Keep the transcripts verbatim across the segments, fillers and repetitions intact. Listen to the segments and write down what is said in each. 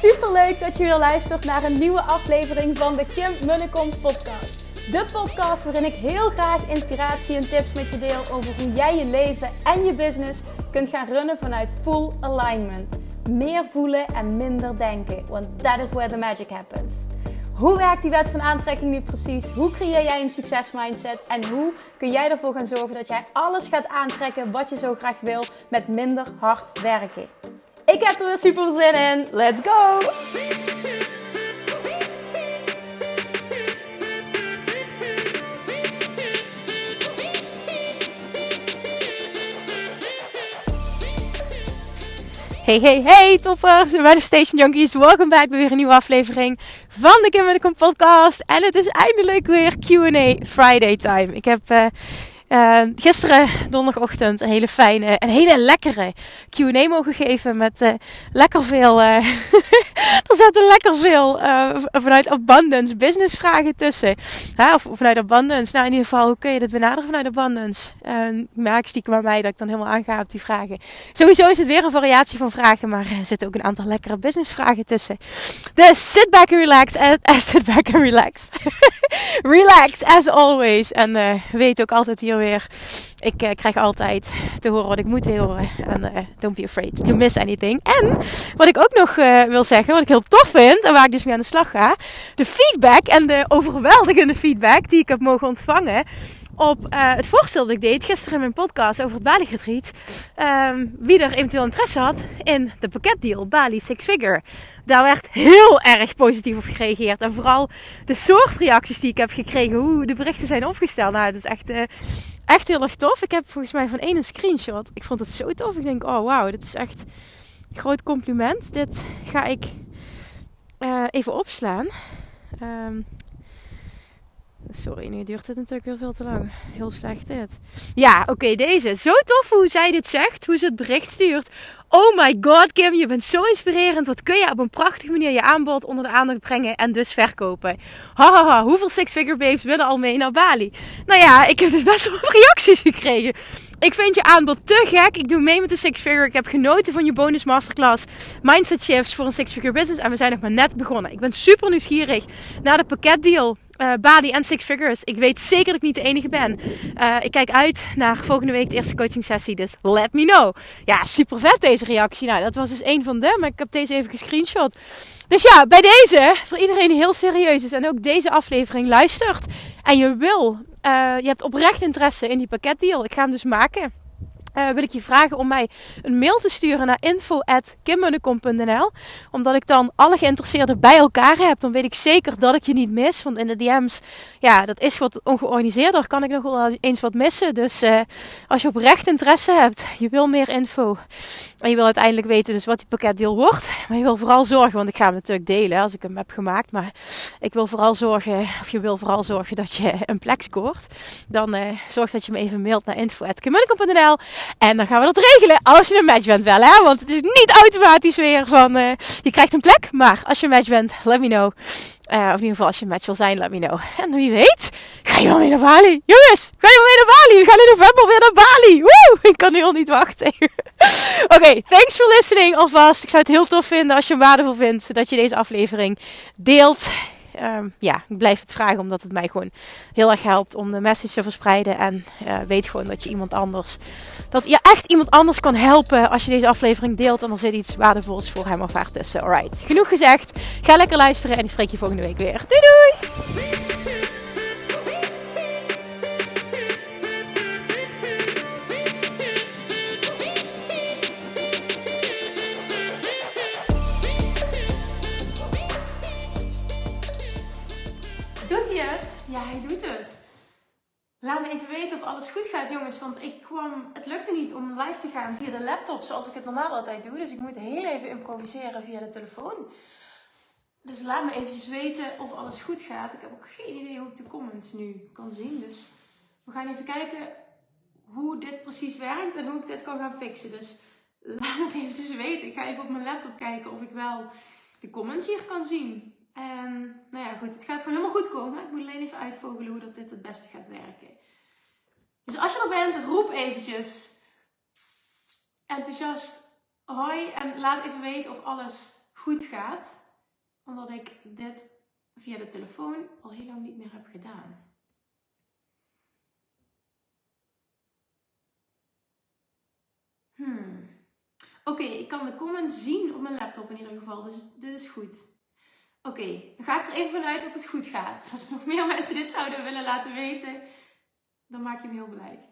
Superleuk dat je weer luistert naar een nieuwe aflevering van de Kim Munnekom podcast. De podcast waarin ik heel graag inspiratie en tips met je deel over hoe jij je leven en je business kunt gaan runnen vanuit full alignment. Meer voelen en minder denken, want that is where the magic happens. Hoe werkt die wet van aantrekking nu precies? Hoe creëer jij een succesmindset? En hoe kun jij ervoor gaan zorgen dat jij alles gaat aantrekken wat je zo graag wil met minder hard werken? Ik heb er weer super zin in. Let's go! Hey, hey, hey, toppers en Manifestation Junkies. Welkom bij weer een nieuwe aflevering van de Kim Munnekom podcast. En het is eindelijk weer Q en A Friday time. Ik heb uh, uh, gisteren donderdagochtend een hele fijne en hele lekkere Q en A mogen geven met uh, lekker veel... Uh, er zaten lekker veel uh, vanuit Abundance business vragen tussen. Ha, of, of vanuit Abundance. Nou, in ieder geval, hoe kun je dit benaderen vanuit Abundance? Uh, ik merk stiekem bij mij dat ik dan helemaal aanga op die vragen. Sowieso is het weer een variatie van vragen, maar er zitten ook een aantal lekkere business vragen tussen. Dus sit back and relax. Uh, uh, sit back and relax. Relax as always. En uh, weet ook altijd hier weer. Ik uh, krijg altijd te horen wat ik moet horen. En uh, don't be afraid to miss anything. En wat ik ook nog uh, wil zeggen, wat ik heel tof vind en waar ik dus mee aan de slag ga. De feedback en de overweldigende feedback die ik heb mogen ontvangen op uh, het voorstel dat ik deed gisteren in mijn podcast over het Bali Retreat. Um, wie er eventueel interesse had in de pakketdeal Bali Six Figure. Daar werd heel erg positief op gereageerd. En vooral de soort reacties die ik heb gekregen. Hoe de berichten zijn opgesteld. Nou, het is echt, uh, echt heel erg tof. Ik heb volgens mij van één een screenshot. Ik vond het zo tof. Ik denk, oh wauw, dit is echt een groot compliment. Dit ga ik uh, even opslaan. Um, Sorry, nu duurt het natuurlijk heel veel te lang. Heel slecht dit. Ja, oké, okay, deze. Zo tof hoe zij dit zegt. Hoe ze het bericht stuurt. Oh my god, Kim, je bent zo inspirerend. Wat kun je op een prachtige manier je aanbod onder de aandacht brengen en dus verkopen. Hahaha, ha, ha. Hoeveel six-figure babes willen al mee naar Bali? Nou ja, ik heb dus best wel wat reacties gekregen. Ik vind je aanbod te gek. Ik doe mee met de Six Figure. Ik heb genoten van je bonus masterclass Mindset Shifts voor een Six Figure business. En we zijn nog maar net begonnen. Ik ben super nieuwsgierig naar de pakketdeal. Uh, Bali en Six Figures. Ik weet zeker dat ik niet de enige ben. Uh, ik kijk uit naar volgende week de eerste coaching sessie. Dus let me know. Ja, super vet deze reactie. Nou, dat was dus één van de. Maar ik heb deze even gescreenshot. Dus ja, bij deze, voor iedereen die heel serieus is en ook deze aflevering luistert. En je wil, uh, je hebt oprecht interesse in die pakketdeal. Ik ga hem dus maken. Uh, wil ik je vragen om mij een mail te sturen naar info at kimmunnekom punt n l. Omdat ik dan alle geïnteresseerden bij elkaar heb. Dan weet ik zeker dat ik je niet mis. Want in de D M's, ja, dat is wat ongeorganiseerder. Kan ik nog wel eens wat missen. Dus uh, als je oprecht interesse hebt, je wil meer info. En je wil uiteindelijk weten dus wat die pakketdeal wordt. Maar je wil vooral zorgen, want ik ga hem natuurlijk delen als ik hem heb gemaakt. Maar ik wil vooral zorgen, of je wil vooral zorgen dat je een plek scoort. Dan uh, zorg dat je me even mailt naar info at kimmunnekom punt n l. En dan gaan we dat regelen als je een match bent wel, hè. Want het is niet automatisch weer van, uh, je krijgt een plek. Maar als je een match bent, let me know. Uh, of in ieder geval als je een match wil zijn, let me know. En wie weet, ga je wel mee naar Bali. Jongens, ga je wel mee naar Bali. We gaan in november weer naar Bali. Woe, ik kan nu al niet wachten. Oké, okay, thanks for listening alvast. Ik zou het heel tof vinden als je hem waardevol vindt dat je deze aflevering deelt. Um, ja, ik blijf het vragen omdat het mij gewoon heel erg helpt om de message te verspreiden. En uh, weet gewoon dat je iemand anders, dat je echt iemand anders kan helpen als je deze aflevering deelt. En er zit iets waardevols voor hem of haar tussen. Alright, genoeg gezegd. Ga lekker luisteren en ik spreek je volgende week weer. Doei doei! Doet hij het? Ja, hij doet het. Laat me even weten of alles goed gaat, jongens. Want ik kwam, het lukte niet om live te gaan via de laptop zoals ik het normaal altijd doe. Dus ik moet heel even improviseren via de telefoon. Dus laat me eventjes weten of alles goed gaat. Ik heb ook geen idee hoe ik de comments nu kan zien. Dus we gaan even kijken hoe dit precies werkt en hoe ik dit kan gaan fixen. Dus laat me het eventjes weten. Ik ga even op mijn laptop kijken of ik wel de comments hier kan zien. En nou ja, goed, het gaat gewoon helemaal goed komen. Ik moet alleen even uitvogelen hoe dat dit het beste gaat werken. Dus als je er bent, roep eventjes enthousiast hoi en laat even weten of alles goed gaat. Omdat ik dit via de telefoon al heel lang niet meer heb gedaan. Hmm. Oké, okay, ik kan de comments zien op mijn laptop in ieder geval. Dus dit is goed. Oké, okay, dan ga ik er even vanuit dat het goed gaat. Als nog meer mensen dit zouden willen laten weten, dan maak je me heel blij.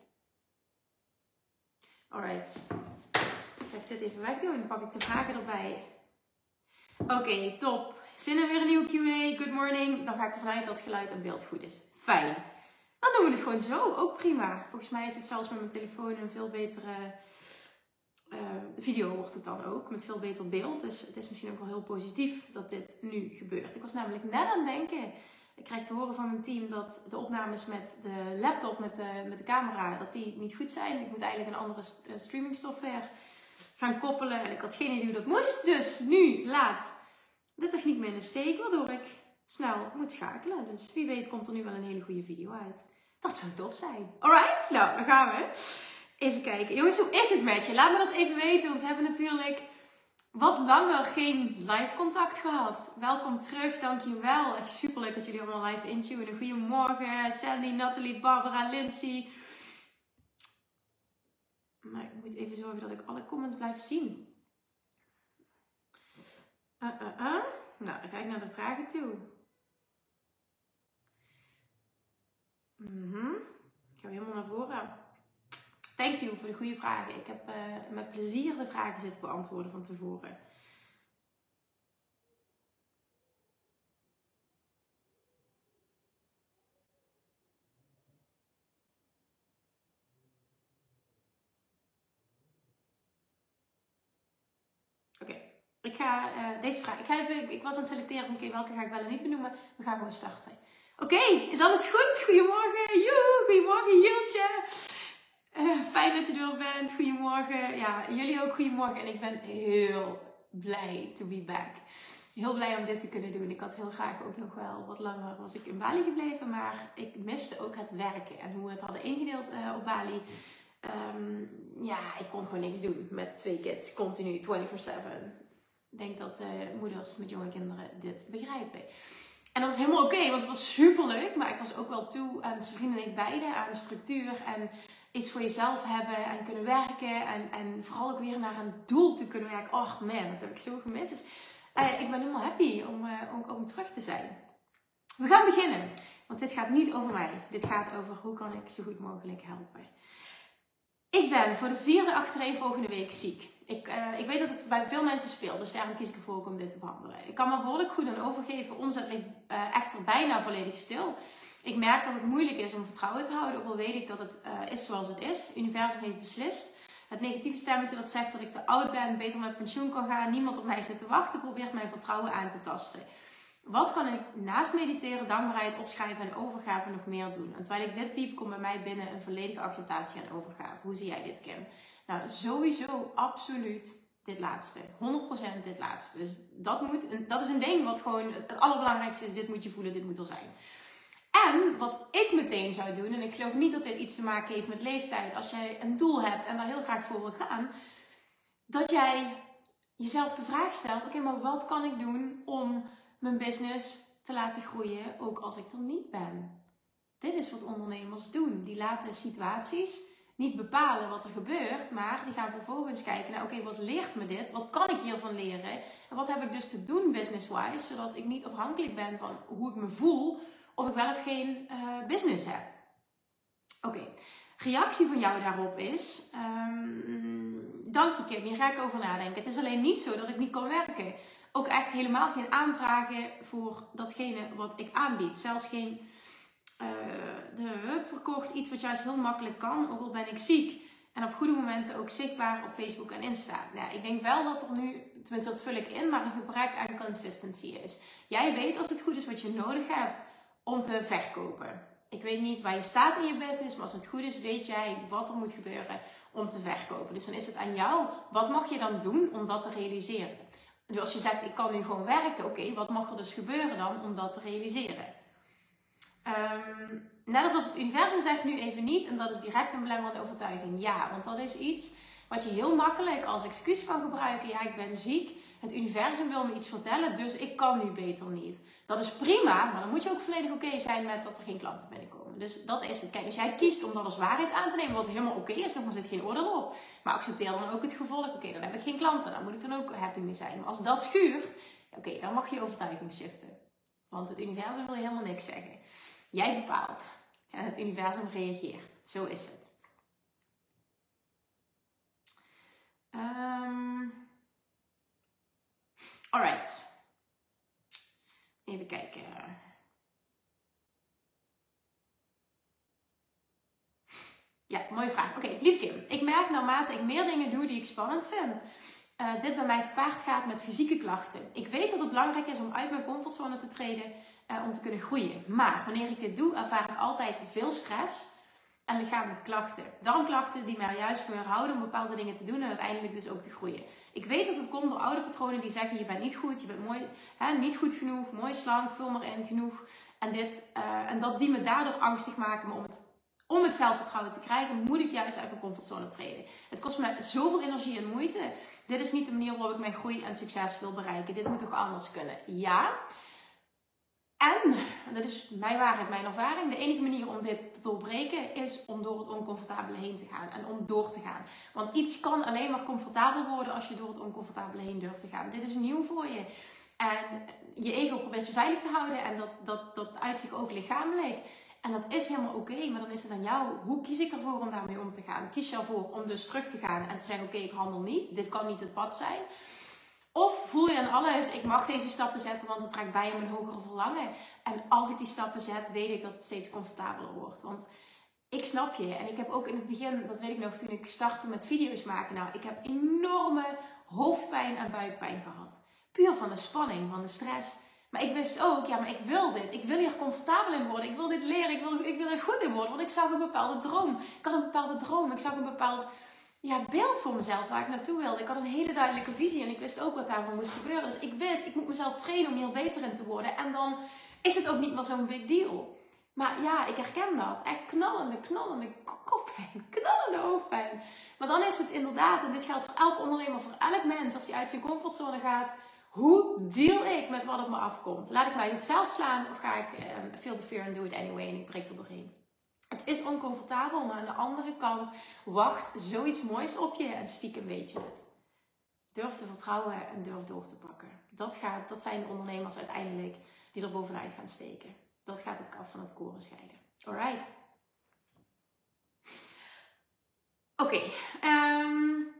Alright. Ga ik dit even wegdoen. Dan pak ik de vragen erbij. Oké, okay, top. Zin in weer een nieuwe Q en A. Good morning. Dan ga ik ervan uit dat geluid en beeld goed is. Fijn. Dan doen we het gewoon zo. Ook prima. Volgens mij is het zelfs met mijn telefoon een veel betere uh, video wordt het dan ook. Met veel beter beeld. Dus het is misschien ook wel heel positief dat dit nu gebeurt. Ik was namelijk net aan het denken. Ik krijg te horen van mijn team dat de opnames met de laptop, met de, met de camera, dat die niet goed zijn. Ik moet eigenlijk een andere streaming software gaan koppelen. En ik had geen idee hoe dat moest. Dus nu laat de techniek me in de steek, waardoor ik snel moet schakelen. Dus wie weet komt er nu wel een hele goede video uit. Dat zou tof zijn. Alright? Nou, dan gaan we. Even kijken. Jongens, hoe is het met je? Laat me dat even weten. Want we hebben natuurlijk wat langer geen live contact gehad. Welkom terug. Dankjewel. Echt superleuk dat jullie allemaal live intunen. Goedemorgen. Sandy, Nathalie, Barbara, Lindsay. Maar ik moet even zorgen dat ik alle comments blijf zien. Uh, uh, uh. Nou, dan ga ik naar de vragen toe. Mm-hmm. Ik ga helemaal naar voren. Thank you voor de goede vragen. Ik heb uh, met plezier de vragen zitten beantwoorden van tevoren. Oké, okay. ik ga uh, deze vraag. Ik, ga even, ik was aan het selecteren van okay, welke ga ik wel en niet benoemen. We gaan gewoon starten. Oké, okay, is alles goed? Goedemorgen. Joe, goedemorgen Hieltje. Uh, fijn dat je er bent. Goedemorgen. Ja, jullie ook goedemorgen. En ik ben heel blij to be back. Heel blij om dit te kunnen doen. Ik had heel graag ook nog wel wat langer was ik in Bali gebleven. Maar ik miste ook het werken. En hoe we het hadden ingedeeld uh, op Bali. Um, ja, ik kon gewoon niks doen met twee kids. Continu, vierentwintig zeven. Ik denk dat uh, moeders met jonge kinderen dit begrijpen. En dat is helemaal oké, okay, want het was super leuk. Maar ik was ook wel toe aan zijn vrienden en ik beide. Aan de structuur en iets voor jezelf hebben en kunnen werken. En, en vooral ook weer naar een doel te kunnen werken. Oh man, dat heb ik zo gemist. Dus uh, ik ben helemaal happy om, uh, om, om terug te zijn. We gaan beginnen. Want dit gaat niet over mij. Dit gaat over hoe kan ik zo goed mogelijk helpen. Ik ben voor de vierde achtereenvolgende week ziek. Ik, uh, ik weet dat het bij veel mensen speelt. Dus daarom kies ik ervoor om dit te behandelen. Ik kan me behoorlijk goed aan overgeven. Omzet ligt uh, echter bijna volledig stil. Ik merk dat het moeilijk is om vertrouwen te houden. Ook al weet ik dat het uh, is zoals het is. Het universum heeft beslist. Het negatieve stemmetje dat zegt dat ik te oud ben, beter met pensioen kan gaan, niemand op mij zit te wachten, probeert mijn vertrouwen aan te tasten. Wat kan ik naast mediteren, dankbaarheid, opschrijven en overgave nog meer doen? En terwijl ik dit type, komt bij mij binnen een volledige acceptatie en overgave. Hoe zie jij dit, Kim? Nou, sowieso absoluut dit laatste. honderd procent dit laatste. Dus dat, moet, dat is een ding wat gewoon het allerbelangrijkste is. Dit moet je voelen, dit moet er zijn. En wat ik meteen zou doen, en ik geloof niet dat dit iets te maken heeft met leeftijd. Als jij een doel hebt en daar heel graag voor wil gaan. Dat jij jezelf de vraag stelt, oké, okay, maar wat kan ik doen om mijn business te laten groeien, ook als ik er niet ben? Dit is wat ondernemers doen. Die laten situaties niet bepalen wat er gebeurt, maar die gaan vervolgens kijken naar, oké, okay, wat leert me dit? Wat kan ik hiervan leren? En wat heb ik dus te doen business-wise, zodat ik niet afhankelijk ben van hoe ik me voel, of ik wel of geen uh, business heb. Oké, okay. Reactie van jou daarop is, um, dank je Kim, hier ga ik over nadenken. Het is alleen niet zo dat ik niet kan werken. Ook echt helemaal geen aanvragen voor datgene wat ik aanbied. Zelfs geen uh, de hub verkocht, iets wat juist heel makkelijk kan, ook al ben ik ziek. En op goede momenten ook zichtbaar op Facebook en Insta. Nou, ik denk wel dat er nu, tenminste dat vul ik in, maar een gebrek aan consistency is. Jij weet als het goed is wat je nodig hebt om te verkopen. Ik weet niet waar je staat in je business, maar als het goed is, weet jij wat er moet gebeuren om te verkopen. Dus dan is het aan jou, wat mag je dan doen om dat te realiseren? Dus als je zegt, ik kan nu gewoon werken, oké, okay, wat mag er dus gebeuren dan om dat te realiseren? Um, net alsof het universum zegt nu even niet, en dat is direct een belemmerende overtuiging. Ja, want dat is iets wat je heel makkelijk als excuus kan gebruiken. Ja, ik ben ziek. Het universum wil me iets vertellen, dus ik kan nu beter niet. Dat is prima, maar dan moet je ook volledig oké okay zijn met dat er geen klanten binnenkomen. Dus dat is het. Kijk, als jij kiest om dat als waarheid aan te nemen, wat helemaal oké okay is, dan zit geen oordeel op. Maar accepteer dan ook het gevolg. Oké, okay, dan heb ik geen klanten, daar moet ik dan ook happy mee zijn. Maar als dat schuurt, oké, okay, dan mag je overtuiging shiften. Want het universum wil je helemaal niks zeggen. Jij bepaalt. En het universum reageert. Zo is het. Um, alright. Even kijken. Ja, mooie vraag. Oké, okay, lieve Kim. Ik merk naarmate ik meer dingen doe die ik spannend vind, uh, dit bij mij gepaard gaat met fysieke klachten. Ik weet dat het belangrijk is om uit mijn comfortzone te treden uh, om te kunnen groeien. Maar wanneer ik dit doe, ervaar ik altijd veel stress en lichamelijke klachten. Darmklachten die mij er juist voor weerhouden om bepaalde dingen te doen en uiteindelijk dus ook te groeien. Ik weet dat het komt door oude patronen die zeggen: je bent niet goed, je bent mooi, hè, niet goed genoeg, mooi slank, vul maar in, genoeg. En, dit, uh, en dat die me daardoor angstig maken, maar om het, om het zelfvertrouwen te krijgen, moet ik juist uit mijn comfortzone treden. Het kost me zoveel energie en moeite. Dit is niet de manier waarop ik mijn groei en succes wil bereiken. Dit moet toch anders kunnen? Ja. En, dat is mijn waarheid, mijn ervaring, de enige manier om dit te doorbreken is om door het oncomfortabele heen te gaan en om door te gaan. Want iets kan alleen maar comfortabel worden als je door het oncomfortabele heen durft te gaan. Dit is nieuw voor je. En je ego probeert je veilig te houden en dat, dat, dat uit zich ook lichamelijk. En dat is helemaal oké, okay, maar dan is het aan jou. Hoe kies ik ervoor om daarmee om te gaan? Kies je ervoor om dus terug te gaan en te zeggen: oké, okay, ik handel niet. Dit kan niet het pad zijn. Of voel je aan alles: ik mag deze stappen zetten, want het trekt bij aan mijn hogere verlangen. En als ik die stappen zet, weet ik dat het steeds comfortabeler wordt. Want ik snap je. En ik heb ook in het begin, dat weet ik nog, toen ik startte met video's maken. Nou, ik heb enorme hoofdpijn en buikpijn gehad. Puur van de spanning, van de stress. Maar ik wist ook, ja, maar ik wil dit. Ik wil hier comfortabel in worden. Ik wil dit leren. Ik wil, ik wil er goed in worden. Want ik zag een bepaalde droom. Ik had een bepaalde droom. Ik zag een bepaald ja, beeld voor mezelf waar ik naartoe wilde. Ik had een hele duidelijke visie. En ik wist ook wat daarvan moest gebeuren. Dus ik wist, ik moet mezelf trainen om hier beter in te worden. En dan is het ook niet meer zo'n big deal. Maar ja, ik herken dat. Echt knallende, knallende koppijn. Knallende hoofdpijn. Maar dan is het inderdaad, en dit geldt voor elk ondernemer, voor elk mens, als hij uit zijn comfortzone gaat. Hoe deal ik met wat op me afkomt? Laat ik mij in het veld slaan of ga ik um, feel the fear and do it anyway en ik breek er doorheen? Het is oncomfortabel, maar aan de andere kant wacht zoiets moois op je en stiekem weet je het. Durf te vertrouwen en durf door te pakken. Dat, gaat, dat zijn de ondernemers uiteindelijk die er bovenuit gaan steken. Dat gaat het kaf van het koren scheiden. Alright. Oké. Okay, um...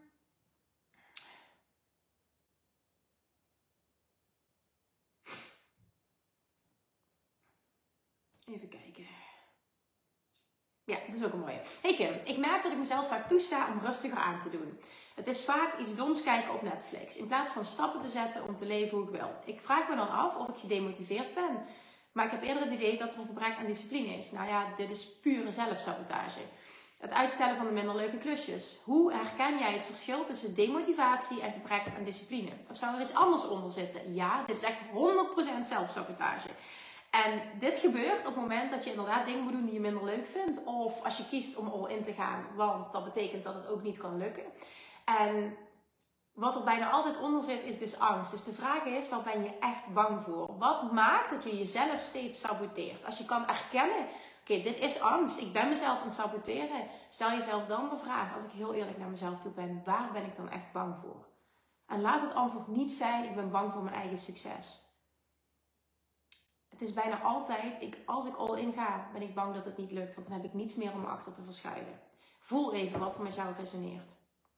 Even kijken. Ja, dat is ook een mooie. Hey Kim, ik merk dat ik mezelf vaak toesta om rustiger aan te doen. Het is vaak iets doms kijken op Netflix, in plaats van stappen te zetten om te leven hoe ik wil. Ik vraag me dan af of ik gedemotiveerd ben. Maar ik heb eerder het idee dat er een gebrek aan discipline is. Nou ja, dit is pure zelfsabotage. Het uitstellen van de minder leuke klusjes. Hoe herken jij het verschil tussen demotivatie en gebrek aan discipline? Of zou er iets anders onder zitten? Ja, dit is echt honderd procent zelfsabotage. En dit gebeurt op het moment dat je inderdaad dingen moet doen die je minder leuk vindt. Of als je kiest om all in te gaan, want dat betekent dat het ook niet kan lukken. En wat er bijna altijd onder zit is dus angst. Dus de vraag is, waar ben je echt bang voor? Wat maakt dat je jezelf steeds saboteert? Als je kan erkennen, oké, okay, dit is angst. Ik ben mezelf aan het saboteren. Stel jezelf dan de vraag, als ik heel eerlijk naar mezelf toe ben, waar ben ik dan echt bang voor? En laat het antwoord niet zijn, ik ben bang voor mijn eigen succes. Het is bijna altijd, ik, als ik all in ga, ben ik bang dat het niet lukt. Want dan heb ik niets meer om me achter te verschuilen. Voel even wat er met jou resoneert.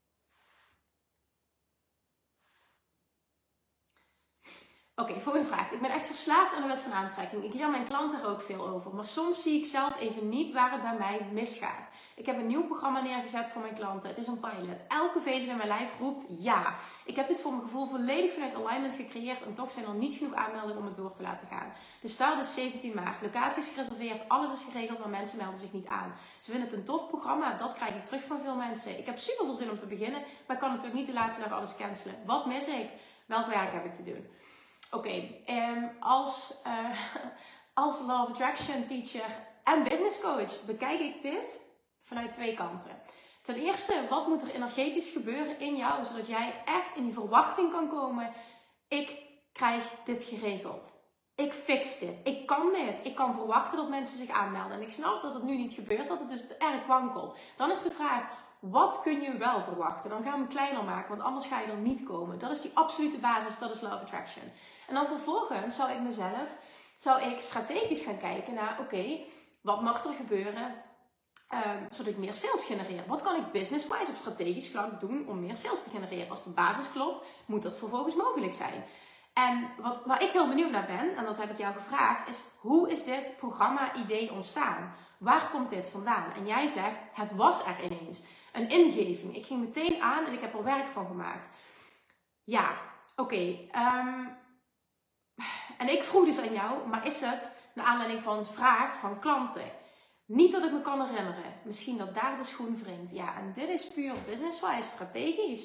Oké, okay, volgende vraag. Ik ben echt verslaafd aan de wet van aantrekking. Ik leer mijn klanten er ook veel over. Maar soms zie ik zelf even niet waar het bij mij misgaat. Ik heb een nieuw programma neergezet voor mijn klanten. Het is een pilot. Elke vezel in mijn lijf roept ja. Ik heb dit voor mijn gevoel volledig vanuit alignment gecreëerd. En toch zijn er niet genoeg aanmeldingen om het door te laten gaan. De start is zeventien maart. Locatie is gereserveerd. Alles is geregeld, maar mensen melden zich niet aan. Ze vinden het een tof programma. Dat krijg ik terug van veel mensen. Ik heb super veel zin om te beginnen. Maar ik kan natuurlijk niet de laatste dag alles cancelen. Wat mis ik? Welk werk heb ik te doen? Oké, okay, um, als, uh, als Law of Attraction teacher en business coach bekijk ik dit vanuit twee kanten. Ten eerste, wat moet er energetisch gebeuren in jou, zodat jij echt in die verwachting kan komen ik krijg dit geregeld. Ik fix dit. Ik kan dit. Ik kan verwachten dat mensen zich aanmelden. En ik snap dat het nu niet gebeurt, dat het dus erg wankelt. Dan is de vraag, wat kun je wel verwachten? Dan gaan we hem kleiner maken, want anders ga je er niet komen. Dat is die absolute basis, dat is Law of Attraction. En dan vervolgens zou ik mezelf, zou ik strategisch gaan kijken naar, oké, okay, wat mag er gebeuren um, zodat ik meer sales genereer? Wat kan ik business-wise op strategisch vlak doen om meer sales te genereren? Als de basis klopt, moet dat vervolgens mogelijk zijn. En wat, waar ik heel benieuwd naar ben, en dat heb ik jou gevraagd, is hoe is dit programma-idee ontstaan? Waar komt dit vandaan? En jij zegt, het was er ineens. Een ingeving. Ik ging meteen aan en ik heb er werk van gemaakt. Ja, oké. Okay, um, en ik vroeg dus aan jou, maar is het naar aanleiding van een vraag van klanten? Niet dat ik me kan herinneren. Misschien dat daar de schoen wringt. Ja, en dit is puur business-wise, strategisch.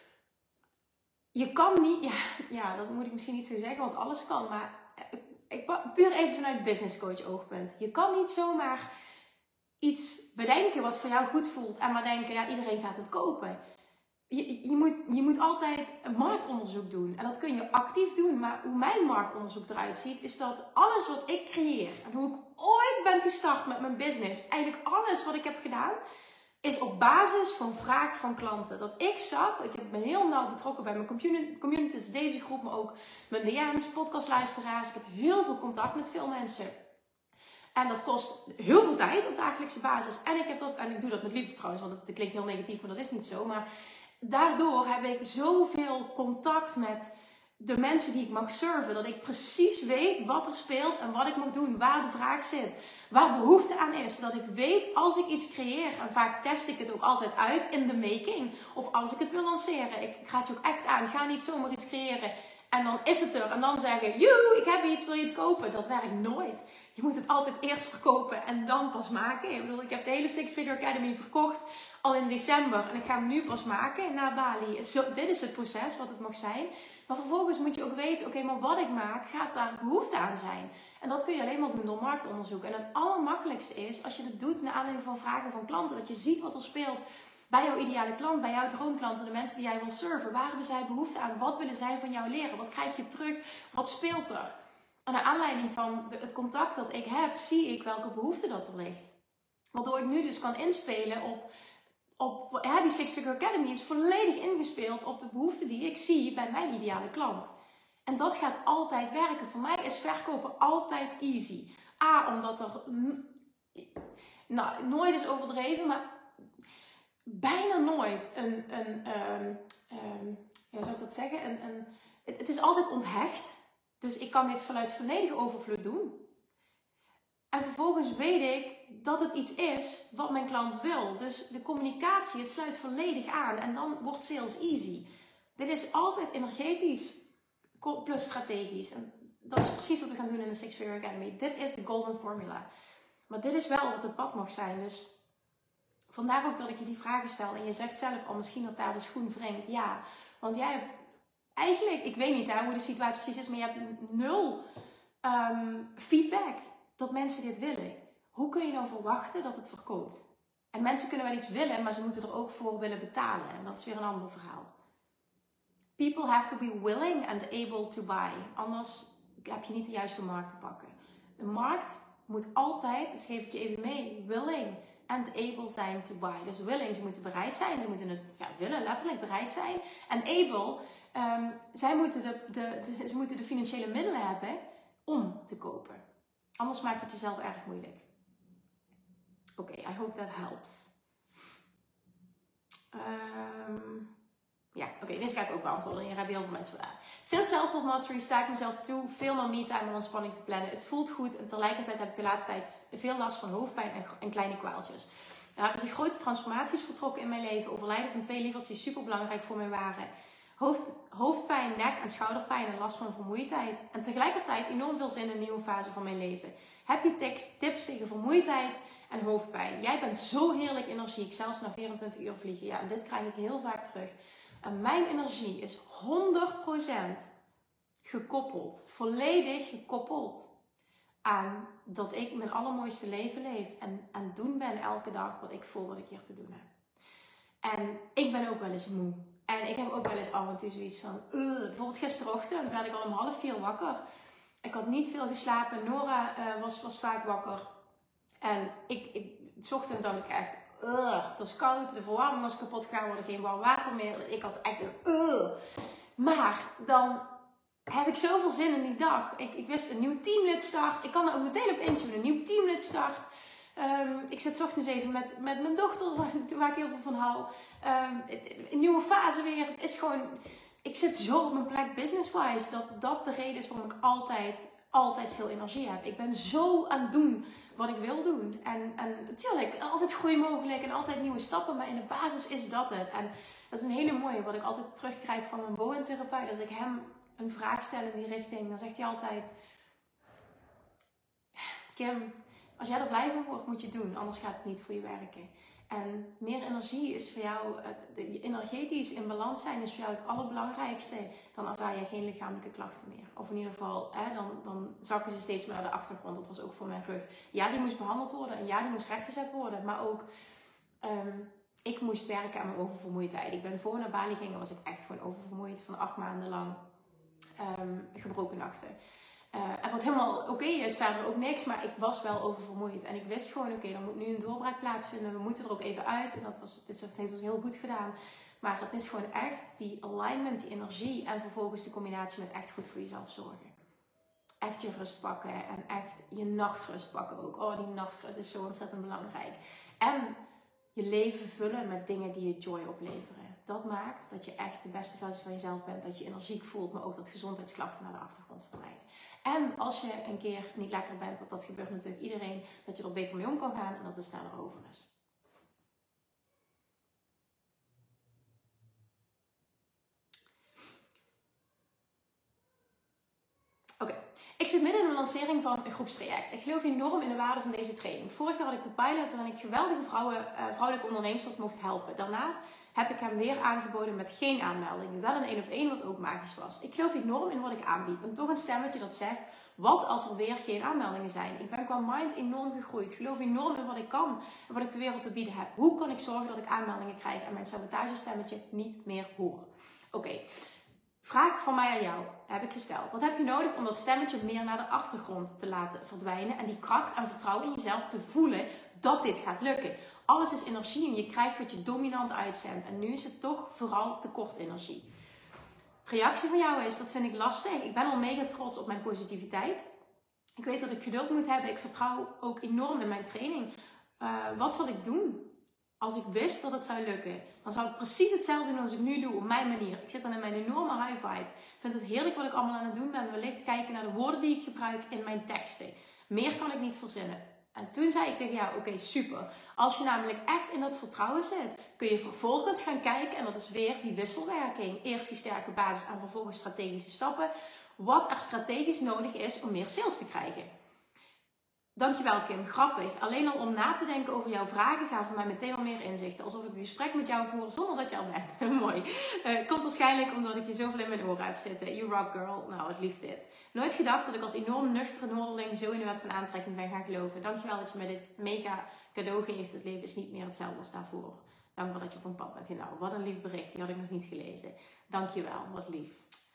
Je kan niet, ja, ja, dat moet ik misschien niet zo zeggen, want alles kan. Maar ik, puur even vanuit business coach oogpunt. Je kan niet zomaar iets bedenken wat voor jou goed voelt en maar denken, ja, iedereen gaat het kopen. Je, je, moet, je moet altijd een marktonderzoek doen. En dat kun je actief doen. Maar hoe mijn marktonderzoek eruit ziet, is dat alles wat ik creëer en hoe ik ooit ben gestart met mijn business, eigenlijk alles wat ik heb gedaan, is op basis van vraag van klanten. Dat ik zag, ik ben heel nauw betrokken bij mijn communities, deze groep, maar ook mijn D M's, podcastluisteraars. Ik heb heel veel contact met veel mensen. En dat kost heel veel tijd op dagelijkse basis. En ik heb dat, en ik doe dat met liefde trouwens, want het klinkt heel negatief, maar dat is niet zo. Maar daardoor heb ik zoveel contact met de mensen die ik mag serven, dat ik precies weet wat er speelt en wat ik mag doen, waar de vraag zit, waar behoefte aan is. Dat ik weet als ik iets creëer, en vaak test ik het ook altijd uit in de making, of als ik het wil lanceren. Ik ga het je ook echt aan, ik ga niet zomaar iets creëren en dan is het er. En dan zeggen, joe, ik heb iets, wil je het kopen? Dat werkt nooit. Je moet het altijd eerst verkopen en dan pas maken. Ik bedoel, ik heb de hele Six Figure Academy verkocht al in december. En ik ga hem nu pas maken na Bali. Zo, dit is het proces, wat het mag zijn. Maar vervolgens moet je ook weten, oké, okay, maar wat ik maak, gaat daar behoefte aan zijn? En dat kun je alleen maar doen door marktonderzoek. En het allermakkelijkste is, als je het doet naar aanleiding van vragen van klanten, dat je ziet wat er speelt bij jouw ideale klant, bij jouw droomklant, de mensen die jij wil serven. Waar hebben zij behoefte aan? Wat willen zij van jou leren? Wat krijg je terug? Wat speelt er? En naar aanleiding van de, het contact dat ik heb, zie ik welke behoefte dat er ligt. Waardoor ik nu dus kan inspelen op, op ja, die Six Figure Academy is volledig ingespeeld op de behoefte die ik zie bij mijn ideale klant. En dat gaat altijd werken. Voor mij is verkopen altijd easy. A, omdat er nou, nooit is overdreven, maar bijna nooit een, een um, um, ja, zou ik dat zeggen? Een, een, het, het is altijd onthecht. Dus ik kan dit vanuit volledige overvloed doen. En vervolgens weet ik dat het iets is wat mijn klant wil. Dus de communicatie, het sluit volledig aan. En dan wordt sales easy. Dit is altijd energetisch plus strategisch. En dat is precies wat we gaan doen in de Six Figure Academy. Dit is de golden formula. Maar dit is wel wat het pad mag zijn. Dus vandaar ook dat ik je die vragen stel. En je zegt zelf al misschien dat daar de schoen wringt. Ja, want jij hebt eigenlijk, ik weet niet hè, hoe de situatie precies is, maar je hebt nul um, feedback dat mensen dit willen. Hoe kun je dan verwachten dat het verkoopt? En mensen kunnen wel iets willen, maar ze moeten er ook voor willen betalen. En dat is weer een ander verhaal. People have to be willing and able to buy. Anders heb je niet de juiste markt te pakken. De markt moet altijd, dat geef ik je even mee, willing and able zijn to buy. Dus willing, ze moeten bereid zijn. Ze moeten het ja, willen, letterlijk bereid zijn. En able, um, zij moeten de, de, de, ze moeten de financiële middelen hebben om te kopen. Anders maak je het jezelf erg moeilijk. Oké, okay, I hope that helps. Um, ja, oké, okay, deze ga ik ook beantwoorden. Hier hebben heel veel mensen gedaan. Sinds Self-Love Mastery sta ik mezelf toe veel meer me-time en ontspanning te plannen. Het voelt goed en tegelijkertijd heb ik de laatste tijd veel last van hoofdpijn en, en kleine kwaaltjes. Er hebben zich grote transformaties vertrokken in mijn leven. Overlijden van twee lieverds die super belangrijk voor mij waren. Hoofd, hoofdpijn, nek- en schouderpijn en last van vermoeidheid. En tegelijkertijd enorm veel zin in een nieuwe fase van mijn leven. Heb je tips, tips tegen vermoeidheid en hoofdpijn? Jij bent zo heerlijk energiek, zelfs na vierentwintig uur vliegen. Ja, en dit krijg ik heel vaak terug. En mijn energie is honderd procent gekoppeld, volledig gekoppeld aan dat ik mijn allermooiste leven leef. En aan het doen ben elke dag wat ik voel wat ik hier te doen heb. En ik ben ook wel eens moe. En ik heb ook wel eens af en toe zoiets van... Uh, bijvoorbeeld gisterochtend werd ik al om half vier wakker. Ik had niet veel geslapen. Nora uh, was, was vaak wakker. En ik, ik, het ochtend dacht ik echt... Uh, het was koud, de verwarming was kapot gegaan, we hadden geen warm water meer. Ik had echt een... Uh. Maar dan heb ik zoveel zin in die dag. Ik, ik wist een nieuw teamlid start. Ik kan er ook meteen op intunen. Een nieuw teamlid start. Um, ik zit 's ochtends even met, met mijn dochter, waar ik heel veel van hou. Um, een nieuwe fase weer. Het is gewoon... Ik zit zo op mijn plek business-wise. Dat dat de reden is waarom ik altijd, altijd veel energie heb. Ik ben zo aan het doen wat ik wil doen. En, en natuurlijk, altijd groei mogelijk en altijd nieuwe stappen. Maar in de basis is dat het. En dat is een hele mooie, wat ik altijd terugkrijg van mijn boventherapeut. Als ik hem een vraag stel in die richting, dan zegt hij altijd... Kim, als jij er blij van wordt, moet je het doen. Anders gaat het niet voor je werken. En meer energie is voor jou, het, energetisch in balans zijn is voor jou het allerbelangrijkste. Dan ervaar je geen lichamelijke klachten meer. Of in ieder geval, hè, dan, dan zakken ze steeds meer naar de achtergrond. Dat was ook voor mijn rug. Ja, die moest behandeld worden en ja, die moest rechtgezet worden. Maar ook, um, ik moest werken aan mijn oververmoeidheid. Ik ben voor we naar Bali gingen, was ik echt gewoon oververmoeid. Van acht maanden lang um, gebroken nachten. Uh, en wat helemaal oké okay is, verder ook niks, maar ik was wel oververmoeid. En ik wist gewoon, oké, okay, er moet nu een doorbraak plaatsvinden. We moeten er ook even uit. En dat was, dit heeft dus heel goed gedaan. Maar het is gewoon echt die alignment, die energie. En vervolgens de combinatie met echt goed voor jezelf zorgen. Echt je rust pakken. En echt je nachtrust pakken ook. Oh, die nachtrust is zo ontzettend belangrijk. En je leven vullen met dingen die je joy opleveren. Dat maakt dat je echt de beste versie van jezelf bent. Dat je energiek voelt, maar ook dat gezondheidsklachten naar de achtergrond verdwijnen. En als je een keer niet lekker bent, want dat gebeurt natuurlijk iedereen, dat je er beter mee om kan gaan en dat het sneller over is. Oké, okay. Ik zit midden in de lancering van een groepstraject. Ik geloof enorm in de waarde van deze training. Vorig jaar had ik de pilot waarin ik geweldige vrouwen, uh, vrouwelijke ondernemers mocht helpen. Daarna heb ik hem weer aangeboden met geen aanmeldingen. Wel een één op één, wat ook magisch was. Ik geloof enorm in wat ik aanbied. En toch een stemmetje dat zegt, wat als er weer geen aanmeldingen zijn? Ik ben qua mind enorm gegroeid. Ik geloof enorm in wat ik kan en wat ik de wereld te bieden heb. Hoe kan ik zorgen dat ik aanmeldingen krijg en mijn sabotage-stemmetje niet meer hoor? Oké. Okay. Vraag van mij aan jou heb ik gesteld. Wat heb je nodig om dat stemmetje meer naar de achtergrond te laten verdwijnen en die kracht en vertrouwen in jezelf te voelen dat dit gaat lukken? Alles is energie en je krijgt wat je dominant uitzendt. En nu is het toch vooral tekort energie. Reactie van jou is, dat vind ik lastig. Ik ben al mega trots op mijn positiviteit. Ik weet dat ik geduld moet hebben. Ik vertrouw ook enorm in mijn training. Uh, wat zal ik doen? Als ik wist dat het zou lukken, dan zou ik precies hetzelfde doen als ik nu doe, op mijn manier. Ik zit dan in mijn enorme high vibe. Ik vind het heerlijk wat ik allemaal aan het doen ben. Wellicht kijken naar de woorden die ik gebruik in mijn teksten. Meer kan ik niet verzinnen. En toen zei ik tegen jou, oké, okay, super. Als je namelijk echt in dat vertrouwen zit, kun je vervolgens gaan kijken. En dat is weer die wisselwerking. Eerst die sterke basis en vervolgens strategische stappen. Wat er strategisch nodig is om meer sales te krijgen. Dankjewel Kim, grappig. Alleen al om na te denken over jouw vragen gaven mij meteen al meer inzichten. Alsof ik een gesprek met jou voer zonder dat je al bent. Mooi. Uh, komt waarschijnlijk omdat ik je zoveel in mijn oren heb zitten. You rock girl. Nou, het lief dit. Nooit gedacht dat ik als enorm nuchtere Noorderling zo in de wet van aantrekking ben gaan geloven. Dankjewel dat je me dit mega cadeau geeft. Het leven is niet meer hetzelfde als daarvoor. Dankjewel dat je op een pad bent. Nou, wat een lief bericht. Die had ik nog niet gelezen. Dankjewel, wat lief.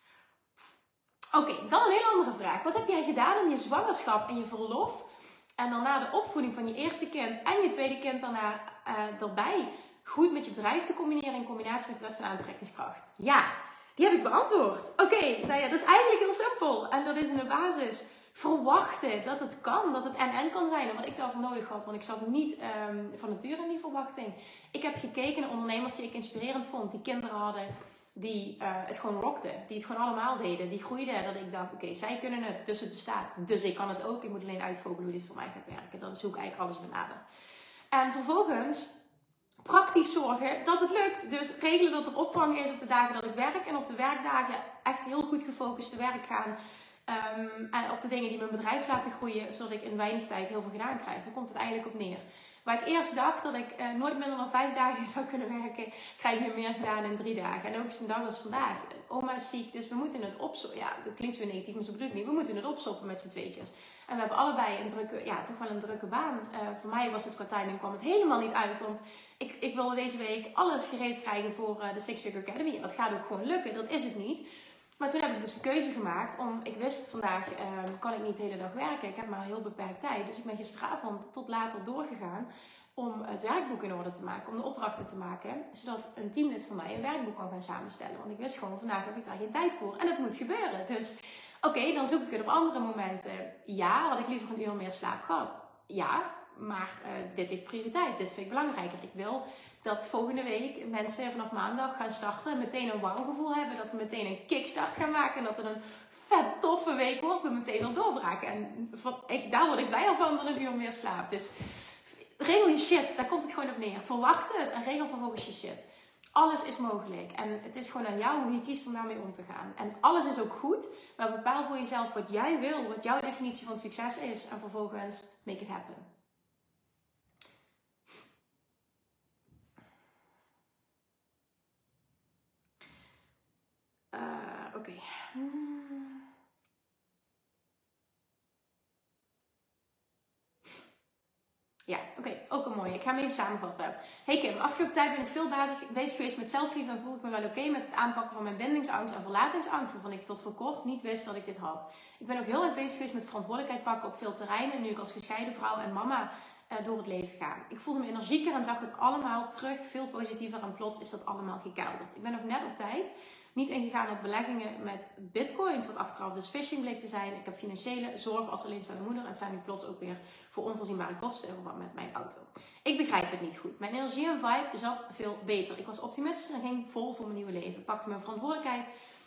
Oké, okay, dan een hele andere vraag. Wat heb jij gedaan om je zwangerschap en je verlof en daarna de opvoeding van je eerste kind en je tweede kind daarna uh, erbij goed met je bedrijf te combineren in combinatie met de wet van aantrekkingskracht? Ja, die heb ik beantwoord. Oké, okay, nou ja, dat is eigenlijk heel simpel. En dat is in de basis verwachten dat het kan, dat het en-en kan zijn. En wat ik daarvoor nodig had, want ik zat niet um, van nature in die verwachting. Ik heb gekeken naar ondernemers die ik inspirerend vond, die kinderen hadden, die uh, het gewoon rockten, die het gewoon allemaal deden, die groeiden. Dat ik dacht, oké, okay, zij kunnen het, dus het bestaat. Dus ik kan het ook, ik moet alleen uitvogelen hoe dit voor mij gaat werken. Dat is hoe ik eigenlijk alles benader. En vervolgens praktisch zorgen dat het lukt. Dus regelen dat er opvang is op de dagen dat ik werk en op de werkdagen echt heel goed gefocust te werk gaan. Um, en op de dingen die mijn bedrijf laten groeien, zodat ik in weinig tijd heel veel gedaan krijg. Daar komt het eigenlijk op neer. Waar ik eerst dacht dat ik uh, nooit minder dan vijf dagen zou kunnen werken, krijg ik nu meer gedaan in drie dagen. En ook zo'n dag als vandaag. Oma is ziek, dus we moeten het opzoppen. Ja, dat klinkt zo negatief, maar zo bedoel ik niet. We moeten het opzoppen met z'n tweetjes. En we hebben allebei een drukke, ja, toch wel een drukke baan. Uh, voor mij was het qua timing, kwam het helemaal niet uit. Want ik, ik wilde deze week alles gereed krijgen voor uh, de Six Figure Academy. Dat gaat ook gewoon lukken, dat is het niet. Maar toen heb ik dus de keuze gemaakt om, ik wist vandaag um, kan ik niet de hele dag werken. Ik heb maar heel beperkt tijd. Dus ik ben gisteravond tot later doorgegaan om het werkboek in orde te maken. Om de opdrachten te maken. Zodat een teamlid van mij een werkboek kan gaan samenstellen. Want ik wist gewoon, vandaag heb ik daar geen tijd voor. En het moet gebeuren. Dus oké, okay, dan zoek ik het op andere momenten. Ja, had ik liever een uur meer slaap gehad. Ja, maar uh, dit heeft prioriteit. Dit vind ik belangrijker. Ik wil dat volgende week mensen vanaf maandag gaan starten en meteen een wow gevoel hebben. Dat we meteen een kickstart gaan maken. En dat het een vet toffe week wordt. We meteen al doorbraken. En van, ik, daar word ik blijer van dan een uur meer slaap. Dus regel je shit. Daar komt het gewoon op neer. Verwacht het en regel vervolgens je shit. Alles is mogelijk. En het is gewoon aan jou hoe je kiest om daarmee om te gaan. En alles is ook goed. Maar bepaal voor jezelf wat jij wil. Wat jouw definitie van succes is. En vervolgens make it happen. Uh, Oké. Okay. Hmm. Ja, oké. Okay. Ook een mooie. Ik ga hem even samenvatten. Hey Kim, afgelopen tijd ben ik veel bezig, bezig geweest met zelfliefde en voel ik me wel oké okay met het aanpakken van mijn bindingsangst en verlatingsangst, waarvan ik tot voor kort niet wist dat ik dit had. Ik ben ook heel erg bezig geweest met verantwoordelijkheid pakken op veel terreinen, nu ik als gescheiden vrouw en mama uh, door het leven ga. Ik voelde me energieker en zag het allemaal terug, veel positiever en plots is dat allemaal gekelderd. Ik ben nog net op tijd niet ingegaan op beleggingen met bitcoins, wat achteraf dus phishing bleek te zijn. Ik heb financiële zorg als alleenstaande moeder en sta nu plots ook weer voor onvoorzienbare kosten in verband met mijn auto. Ik begrijp het niet goed. Mijn energie en vibe zat veel beter. Ik was optimistisch en ging vol voor mijn nieuwe leven. Pakte mijn verantwoordelijkheid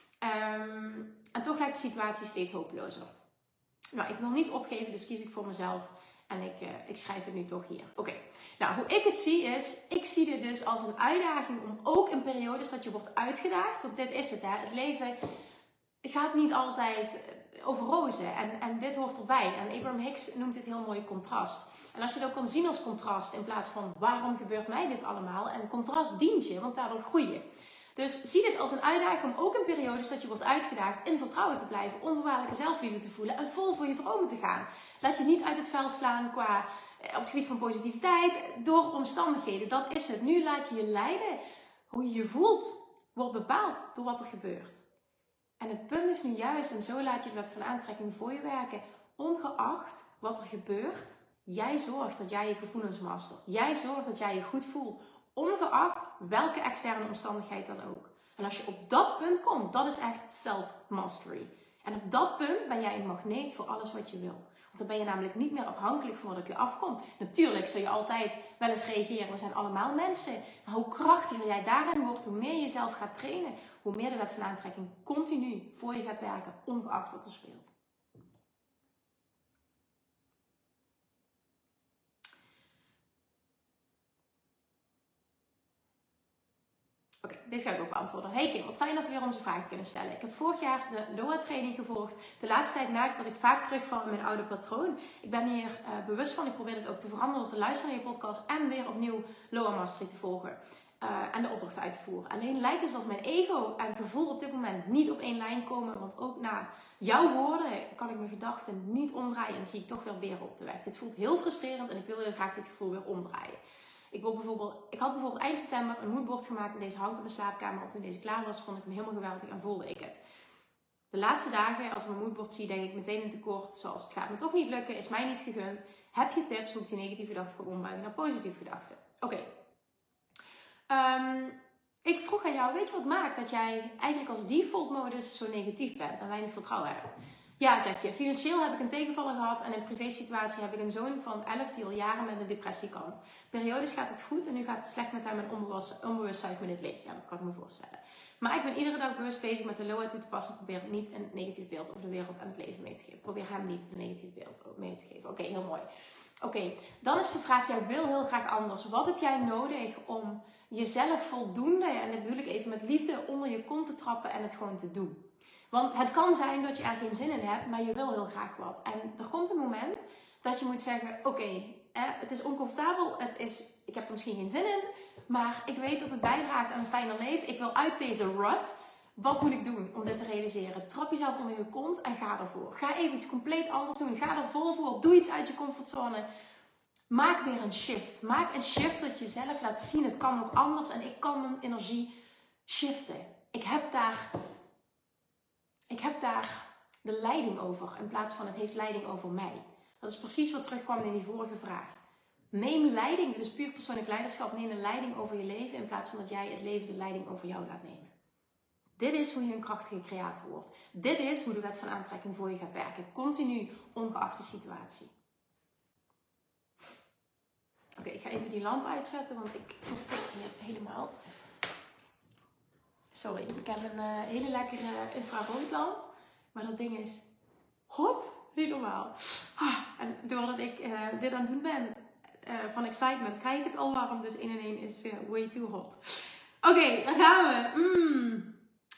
um, en toch lijkt de situatie steeds hopelozer. Nou, ik wil niet opgeven, dus kies ik voor mezelf. En ik, uh, ik schrijf het nu toch hier. Oké. Okay. Nou, hoe ik het zie is, ik zie dit dus als een uitdaging om ook in periodes dat je wordt uitgedaagd. Want dit is het, hè. Het leven gaat niet altijd over rozen. En, en dit hoort erbij. En Abraham Hicks noemt dit heel mooi contrast. En als je het ook kan zien als contrast, in plaats van waarom gebeurt mij dit allemaal? En contrast dient je, want daardoor groei je. Dus zie dit als een uitdaging om ook in periodes dat je wordt uitgedaagd in vertrouwen te blijven, onvoorwaardelijke zelfliefde te voelen en vol voor je dromen te gaan. Laat je niet uit het veld slaan qua, op het gebied van positiviteit door omstandigheden. Dat is het. Nu laat je je leiden. Hoe je je voelt wordt bepaald door wat er gebeurt. En het punt is nu juist, en zo laat je de wet van aantrekking voor je werken, ongeacht wat er gebeurt, jij zorgt dat jij je gevoelens mastert. Jij zorgt dat jij je goed voelt. Ongeacht welke externe omstandigheid dan ook. En als je op dat punt komt, dat is echt self-mastery. En op dat punt ben jij een magneet voor alles wat je wil. Want dan ben je namelijk niet meer afhankelijk van wat op je afkomt. Natuurlijk zul je altijd wel eens reageren. We zijn allemaal mensen. Maar hoe krachtiger jij daarin wordt, hoe meer je jezelf gaat trainen, hoe meer de wet van aantrekking continu voor je gaat werken, ongeacht wat er speelt. Oké, okay, deze ga ik ook beantwoorden. Hey Kim, wat fijn dat we weer onze vragen kunnen stellen. Ik heb vorig jaar de L O A training gevolgd. De laatste tijd merk ik dat ik vaak terugval in mijn oude patroon. Ik ben hier uh, bewust van. Ik probeer het ook te veranderen door te luisteren naar je podcast en weer opnieuw L O A Mastery te volgen. Uh, en de opdracht uit te voeren. Alleen lijkt het alsof mijn ego en gevoel op dit moment niet op één lijn komen. Want ook na jouw woorden kan ik mijn gedachten niet omdraaien. En zie ik toch weer beren op de weg. Dit voelt heel frustrerend en ik wil heel graag dit gevoel weer omdraaien. Ik, wil bijvoorbeeld, ik had bijvoorbeeld eind september een moodboard gemaakt en deze hangt op mijn slaapkamer. Al toen deze klaar was, vond ik hem helemaal geweldig en voelde ik het. De laatste dagen, als ik mijn moodboard zie, denk ik meteen in tekort. Zoals het gaat me toch niet lukken, is mij niet gegund. Heb je tips hoe ik die negatieve gedachten kan ombuigen naar positieve gedachten? Oké. Okay. Um, ik vroeg aan jou, weet je wat maakt dat jij eigenlijk als default modus zo negatief bent en weinig vertrouwen hebt? Ja, zeg je. Financieel heb ik een tegenvaller gehad en in een privésituatie heb ik een zoon van elf die al jaren met een depressie kampt. Periodes gaat het goed en nu gaat het slecht met hem en onbewust, onbewust zuigt me dit leeg. Ja, dat kan ik me voorstellen. Maar ik ben iedere dag bewust bezig met de L O A toe te passen en probeer niet een negatief beeld over de wereld en het leven mee te geven. Probeer hem niet een negatief beeld mee te geven. Oké, okay, heel mooi. Oké, okay, dan is de vraag, jij wil heel graag anders. Wat heb jij nodig om jezelf voldoende, en dat bedoel ik even met liefde, onder je kont te trappen en het gewoon te doen? Want het kan zijn dat je er geen zin in hebt, maar je wil heel graag wat. En er komt een moment dat je moet zeggen, oké, okay, het is oncomfortabel, het is, ik heb er misschien geen zin in, maar ik weet dat het bijdraagt aan een fijner leven. Ik wil uit deze rut. Wat moet ik doen om dit te realiseren? Trap jezelf onder je kont en ga ervoor. Ga even iets compleet anders doen. Ga er vol voor. Doe iets uit je comfortzone. Maak weer een shift. Maak een shift dat je zelf laat zien. Het kan ook anders en ik kan mijn energie shiften. Ik heb daar, ik heb daar de leiding over in plaats van het heeft leiding over mij. Dat is precies wat terugkwam in die vorige vraag. Neem leiding, dit is puur persoonlijk leiderschap. Neem de leiding over je leven in plaats van dat jij het leven de leiding over jou laat nemen. Dit is hoe je een krachtige creator wordt. Dit is hoe de wet van aantrekking voor je gaat werken. Continu, ongeacht de situatie. Oké, okay, ik ga even die lamp uitzetten, want ik verfik hier helemaal. Sorry, ik heb een uh, hele lekkere infraroodlamp. Maar dat ding is hot, niet normaal. Ah, en doordat ik uh, dit aan het doen ben, uh, van excitement, krijg ik het al warm. Dus één en één is uh, way too hot. Oké, okay, daar gaan we. Mm.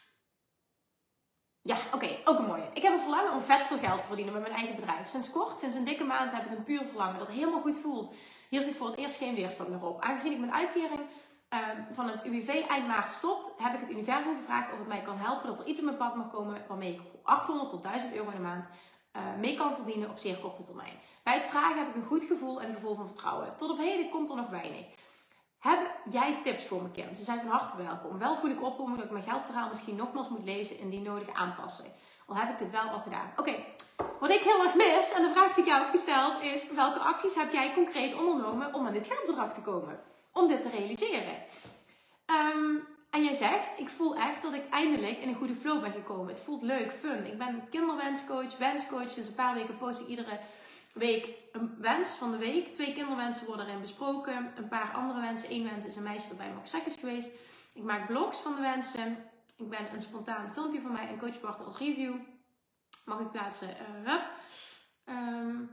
Ja, oké, okay, ook een mooie. Ik heb een verlangen om vet veel geld te verdienen met mijn eigen bedrijf. Sinds kort, sinds een dikke maand, heb ik een puur verlangen dat helemaal goed voelt. Hier zit voor het eerst geen weerstand meer op. Aangezien ik mijn uitkering uh, van het U W V eind maart stopt, heb ik het universum gevraagd of het mij kan helpen dat er iets op mijn pad mag komen waarmee ik achthonderd tot duizend euro in de maand uh, mee kan verdienen op zeer korte termijn. Bij het vragen heb ik een goed gevoel en een gevoel van vertrouwen. Tot op heden komt er nog weinig. Heb jij tips voor me, Kim? Ze zijn van harte welkom. Wel voel ik op dat ik mijn geldverhaal misschien nogmaals moet lezen en die nodig aanpassen. Al heb ik dit wel al gedaan. Oké, okay. Wat ik heel erg mis, en de vraag die ik jou heb gesteld, is welke acties heb jij concreet ondernomen om aan dit geldbedrag te komen? Om dit te realiseren. Um, en jij zegt, ik voel echt dat ik eindelijk in een goede flow ben gekomen. Het voelt leuk, fun. Ik ben kinderwenscoach, wenscoach. Sinds een paar weken post ik iedere week een wens van de week. Twee kinderwensen worden erin besproken. Een paar andere wensen. Eén wens is een meisje dat bij me op stek is geweest. Ik maak blogs van de wensen. Ik ben een spontaan filmpje van mij en coachpartner als review. Mag ik plaatsen? Uh, um,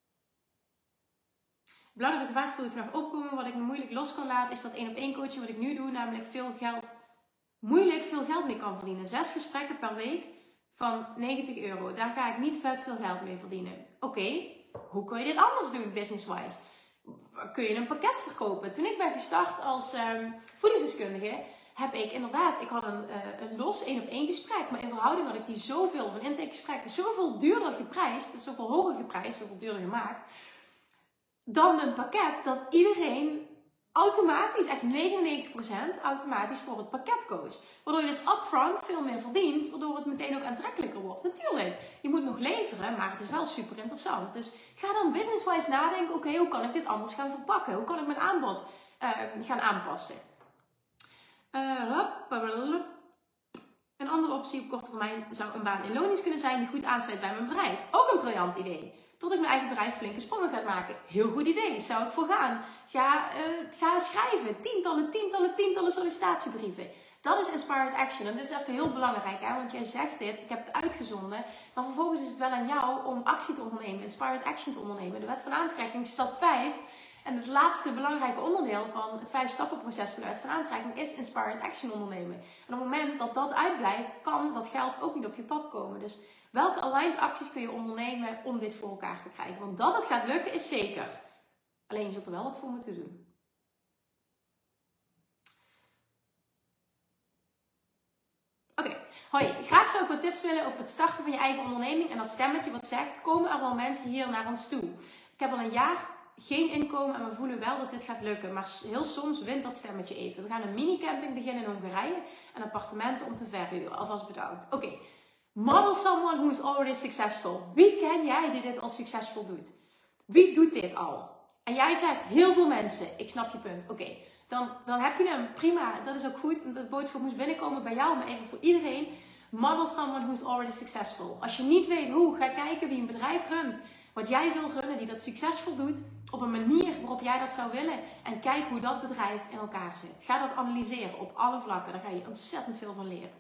belangrijke vraag voel ik vandaag opkomen. Wat ik moeilijk los kan laten is dat één op één coaching wat ik nu doe. Namelijk veel geld, moeilijk veel geld mee kan verdienen. Zes gesprekken per week van negentig euro. Daar ga ik niet vet veel geld mee verdienen. Oké. Okay. Hoe kun je dit anders doen, business-wise? Kun je een pakket verkopen? Toen ik ben gestart als um, voedingsdeskundige, heb ik inderdaad, ik had een, uh, een los één op één gesprek. Maar in verhouding had ik die zoveel van intakegesprekken, zoveel duurder geprijsd, zoveel hoger geprijsd, zoveel duurder gemaakt, dan een pakket dat iedereen automatisch, echt negenennegentig procent automatisch voor het pakket koos. Waardoor je dus upfront veel meer verdient, waardoor het meteen ook aantrekkelijker wordt. Natuurlijk, je moet nog leveren, maar het is wel super interessant. Dus ga dan business-wise nadenken, oké, okay, hoe kan ik dit anders gaan verpakken? Hoe kan ik mijn aanbod uh, gaan aanpassen? Uh, een andere optie op korte termijn zou een baan in loondienst kunnen zijn die goed aansluit bij mijn bedrijf. Ook een briljant idee. Tot ik mijn eigen bedrijf flinke sprongen ga maken. Heel goed idee, zou ik voor gaan. Ga, uh, ga schrijven. Tientallen, tientallen, tientallen sollicitatiebrieven. Dat is Inspired Action. En dit is even heel belangrijk, hè? Want jij zegt dit, ik heb het uitgezonden. Maar vervolgens is het wel aan jou om actie te ondernemen. Inspired Action te ondernemen. De wet van aantrekking, stap vijf. En het laatste belangrijke onderdeel van het vijf stappenproces van de wet van aantrekking is Inspired Action ondernemen. En op het moment dat dat uitblijft, kan dat geld ook niet op je pad komen. Dus welke aligned acties kun je ondernemen om dit voor elkaar te krijgen? Want dat het gaat lukken is zeker. Alleen je zult er wel wat voor moeten doen. Oké, okay. Hoi. Graag zou ik wat tips willen over het starten van je eigen onderneming. En dat stemmetje wat zegt, komen er wel mensen hier naar ons toe? Ik heb al een jaar geen inkomen en we voelen wel dat dit gaat lukken. Maar heel soms wint dat stemmetje even. We gaan een mini-camping beginnen in Hongarije. En appartementen om te verhuren. Alvast bedankt. Oké. Okay. Model someone who is already successful. Wie ken jij die dit al succesvol doet? Wie doet dit al? En jij zegt heel veel mensen. Ik snap je punt. Oké. Okay. Dan, dan heb je hem. Prima. Dat is ook goed. Want de boodschap moest binnenkomen bij jou. Maar even voor iedereen. Model someone who is already successful. Als je niet weet hoe, ga kijken wie een bedrijf runt. Wat jij wil runnen, die dat succesvol doet. Op een manier waarop jij dat zou willen. En kijk hoe dat bedrijf in elkaar zit. Ga dat analyseren op alle vlakken. Daar ga je ontzettend veel van leren.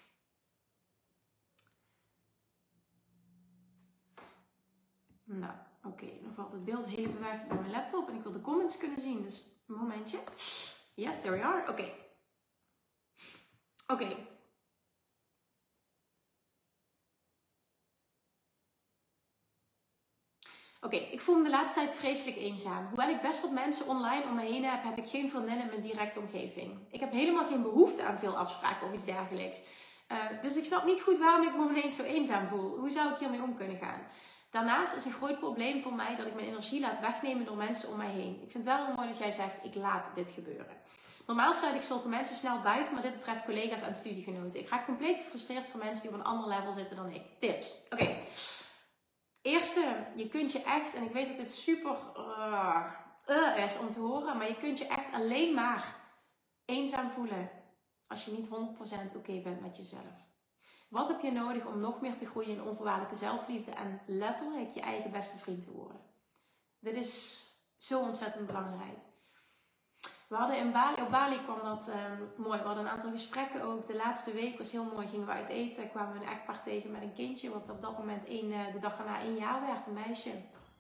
Nou, oké. Okay. Dan valt het beeld even weg bij mijn laptop. En ik wil de comments kunnen zien. Dus een momentje. Yes, there we are. Oké. Okay. Oké. Okay. Oké, okay, ik voel me de laatste tijd vreselijk eenzaam. Hoewel ik best wat mensen online om me heen heb, heb ik geen vriendinnen in mijn directe omgeving. Ik heb helemaal geen behoefte aan veel afspraken of iets dergelijks. Uh, dus ik snap niet goed waarom ik me ineens zo eenzaam voel. Hoe zou ik hiermee om kunnen gaan? Daarnaast is een groot probleem voor mij dat ik mijn energie laat wegnemen door mensen om mij heen. Ik vind het wel heel mooi dat jij zegt, ik laat dit gebeuren. Normaal sluit ik zulke mensen snel buiten, maar dit betreft collega's en studiegenoten. Ik raak compleet gefrustreerd van mensen die op een ander level zitten dan ik. Tips. Oké. Okay. Eerste, je kunt je echt, en ik weet dat dit super uh, uh, is om te horen, maar je kunt je echt alleen maar eenzaam voelen als je niet honderd procent oké okay bent met jezelf. Wat heb je nodig om nog meer te groeien in onvoorwaardelijke zelfliefde en letterlijk je eigen beste vriend te worden? Dit is zo ontzettend belangrijk. We hadden in Bali, op Bali kwam dat um, mooi. We hadden een aantal gesprekken ook. De laatste week was heel mooi. Gingen we uit eten. Kwamen we een echtpaar tegen met een kindje. Wat op dat moment één, de dag erna één jaar werd. Een meisje.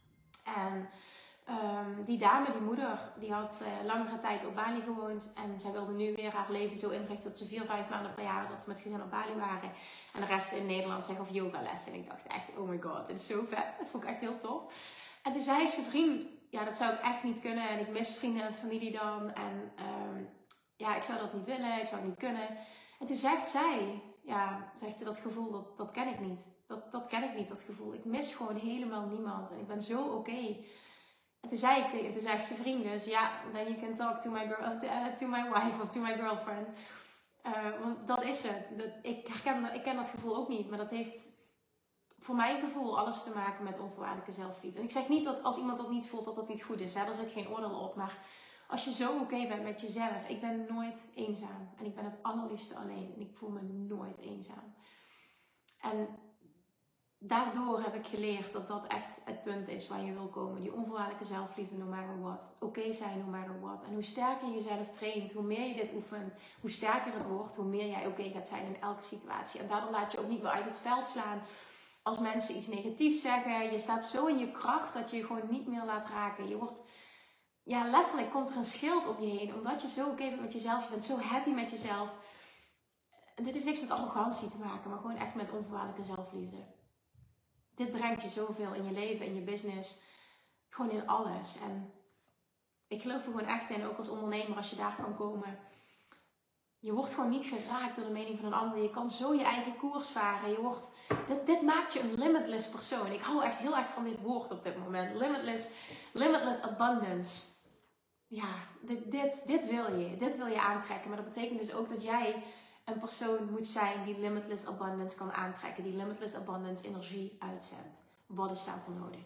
En um, die dame, die moeder, die had uh, langere tijd op Bali gewoond. En zij wilde nu weer haar leven zo inrichten dat ze vier, vijf maanden per jaar dat ze met gezin op Bali waren. En de rest in Nederland zeg of yogalessen. En ik dacht echt, oh my god, dit is zo vet. Dat vond ik echt heel tof. En toen zei ze, vriend, ja, dat zou ik echt niet kunnen. En ik mis vrienden en familie dan. En um, ja, ik zou dat niet willen. Ik zou het niet kunnen. En toen zegt zij, ja, zegt ze, dat gevoel, dat, dat ken ik niet. Dat, dat ken ik niet, dat gevoel. Ik mis gewoon helemaal niemand. En ik ben zo oké. Okay. En toen zei ik tegen, toen zegt ze, vriend, dus ja, then you can talk to my, girl, uh, to my wife of to my girlfriend. Uh, want dat is het. Dat, ik, herken, ik ken dat gevoel ook niet. Maar dat heeft voor mijn gevoel alles te maken met onvoorwaardelijke zelfliefde. En ik zeg niet dat als iemand dat niet voelt, dat dat niet goed is. Hè? Daar zit geen oordeel op. Maar als je zo oké okay bent met jezelf. Ik ben nooit eenzaam. En ik ben het allerliefste alleen. En ik voel me nooit eenzaam. En daardoor heb ik geleerd dat dat echt het punt is waar je wil komen. Die onvoorwaardelijke zelfliefde, no matter what. Oké okay zijn, no matter what. En hoe sterker je jezelf traint, hoe meer je dit oefent, hoe sterker het wordt, hoe meer jij oké okay gaat zijn in elke situatie. En daardoor laat je ook niet meer uit het veld slaan als mensen iets negatiefs zeggen. Je staat zo in je kracht dat je je gewoon niet meer laat raken. Je wordt, ja, letterlijk komt er een schild op je heen. Omdat je zo oké okay bent met jezelf. Je bent zo happy met jezelf. En dit heeft niks met arrogantie te maken. Maar gewoon echt met onvoorwaardelijke zelfliefde. Dit brengt je zoveel in je leven, in je business. Gewoon in alles. En ik geloof er gewoon echt in. Ook als ondernemer, als je daar kan komen. Je wordt gewoon niet geraakt door de mening van een ander. Je kan zo je eigen koers varen. Je wordt, dit, dit maakt je een limitless persoon. Ik hou echt heel erg van dit woord op dit moment. Limitless, limitless abundance. Ja, dit, dit, dit wil je. Dit wil je aantrekken. Maar dat betekent dus ook dat jij een persoon moet zijn die limitless abundance kan aantrekken. Die limitless abundance energie uitzendt. Wat is daarvoor nodig?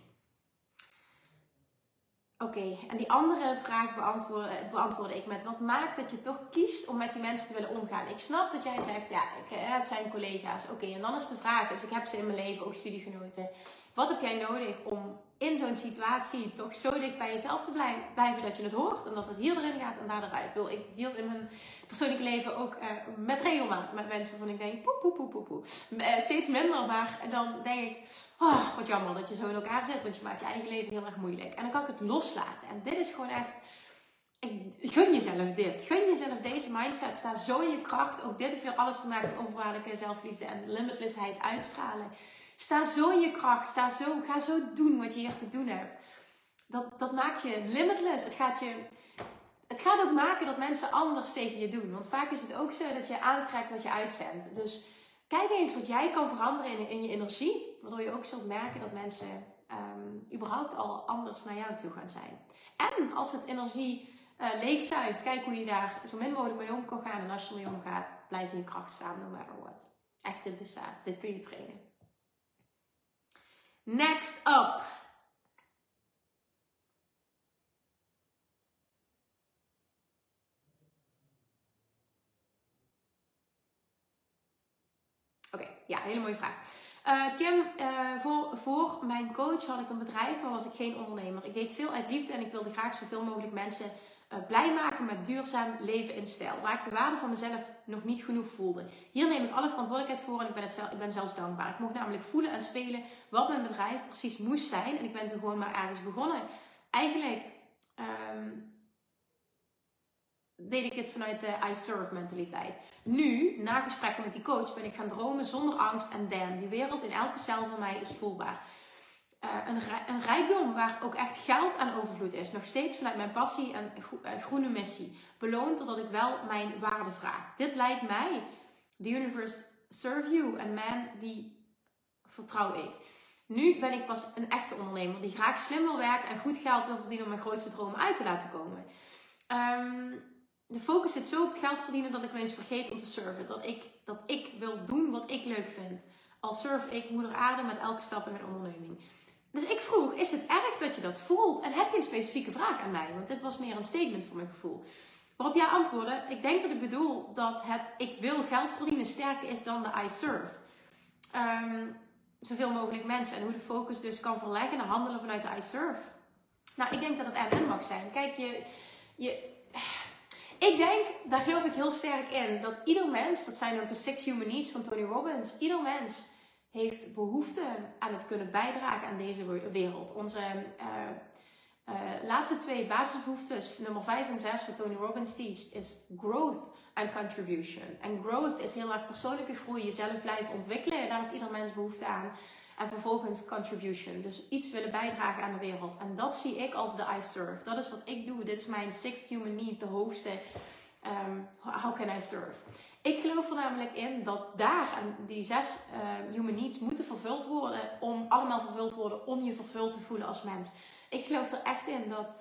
Oké, okay, en die andere vraag beantwoordde, beantwoordde ik met: wat maakt dat je toch kiest om met die mensen te willen omgaan? Ik snap dat jij zegt, ja, ik, het zijn collega's. Oké, okay, en dan is de vraag, dus ik heb ze in mijn leven, ook studiegenoten. Wat heb jij nodig om in zo'n situatie toch zo dicht bij jezelf te blijven dat je het hoort en dat het hier erin gaat en daar eruit? Ik, ik deel in mijn persoonlijke leven ook uh, met regelmaat met mensen van ik denk, poe, poe, poe, poe, poe. Uh, steeds minder, maar dan denk ik, oh, wat jammer dat je zo in elkaar zit, want je maakt je eigen leven heel erg moeilijk. En dan kan ik het loslaten. En dit is gewoon echt, ik, gun jezelf dit. Gun jezelf deze mindset. Sta zo in je kracht. Ook dit heeft weer alles te maken met onvoorwaardelijke zelfliefde en limitlessheid uitstralen. Sta zo in je kracht. Sta zo, ga zo doen wat je hier te doen hebt. Dat, dat maakt je limitless. Het gaat je... Het gaat ook maken dat mensen anders tegen je doen. Want vaak is het ook zo dat je aantrekt wat je uitzendt. Dus kijk eens wat jij kan veranderen in, in je energie. Waardoor je ook zult merken dat mensen um, überhaupt al anders naar jou toe gaan zijn. En als het energie uh, leegzuigt, kijk hoe je daar zo min mogelijk mee om kan gaan. En als je ermee omgaat, blijf in je kracht staan, no matter what. Echt, dit bestaat. Dit kun je trainen. Next up. Oké, okay, ja, hele mooie vraag. Uh, Kim, uh, voor, voor mijn coach had ik een bedrijf, maar was ik geen ondernemer. Ik deed veel uit liefde en ik wilde graag zoveel mogelijk mensen uh, blij maken met duurzaam leven in stijl. Waar ik de waarde van mezelf nog niet genoeg voelde. Hier neem ik alle verantwoordelijkheid voor en ik ben, het zelf, ik ben zelfs dankbaar. Ik mocht namelijk voelen en spelen wat mijn bedrijf precies moest zijn. En ik ben toen gewoon maar ergens begonnen. Eigenlijk um, deed ik dit vanuit de I serve mentaliteit. Nu, na gesprekken met die coach, ben ik gaan dromen zonder angst en damn, die wereld in elke cel van mij is voelbaar. uh, een, een rijkdom waar ook echt geld aan overvloed is. Nog steeds vanuit mijn passie en groene missie. Beloond totdat ik wel mijn waarde vraag. Dit lijkt mij, the universe serve you. En man, die vertrouw ik. Nu ben ik pas een echte ondernemer die graag slim wil werken en goed geld wil verdienen om mijn grootste dromen uit te laten komen. Um, de focus zit zo op het geld verdienen dat ik wel eens vergeet om te surfen. Dat ik, dat ik wil doen wat ik leuk vind. Al surf ik moeder aarde met elke stap in mijn onderneming. Dus ik vroeg, is het erg dat je dat voelt? En heb je een specifieke vraag aan mij? Want dit was meer een statement voor mijn gevoel. Waarop jij antwoordde, ik denk dat ik bedoel dat het ik wil geld verdienen sterker is dan de I surf. Um, zoveel mogelijk mensen. En hoe de focus dus kan verleggen naar handelen vanuit de I surf. Nou, ik denk dat het en en mag zijn. Kijk, je... je ik denk, daar geloof ik heel sterk in, dat ieder mens, dat zijn ook de Six Human Needs van Tony Robbins, ieder mens heeft behoefte aan het kunnen bijdragen aan deze wereld. Onze uh, uh, laatste twee basisbehoeftes, nummer vijf en zes, wat Tony Robbins teacht, is growth en contribution. En growth is heel erg persoonlijke groei, jezelf blijven ontwikkelen, daar heeft ieder mens behoefte aan. En vervolgens contribution, dus iets willen bijdragen aan de wereld. En dat zie ik als de I serve. Dat is wat ik doe. Dit is mijn sixth human need, de hoogste. Um, how can I serve? Ik geloof er namelijk in dat daar, en die zes uh, human needs moeten vervuld worden, om allemaal vervuld worden, om je vervuld te voelen als mens. Ik geloof er echt in dat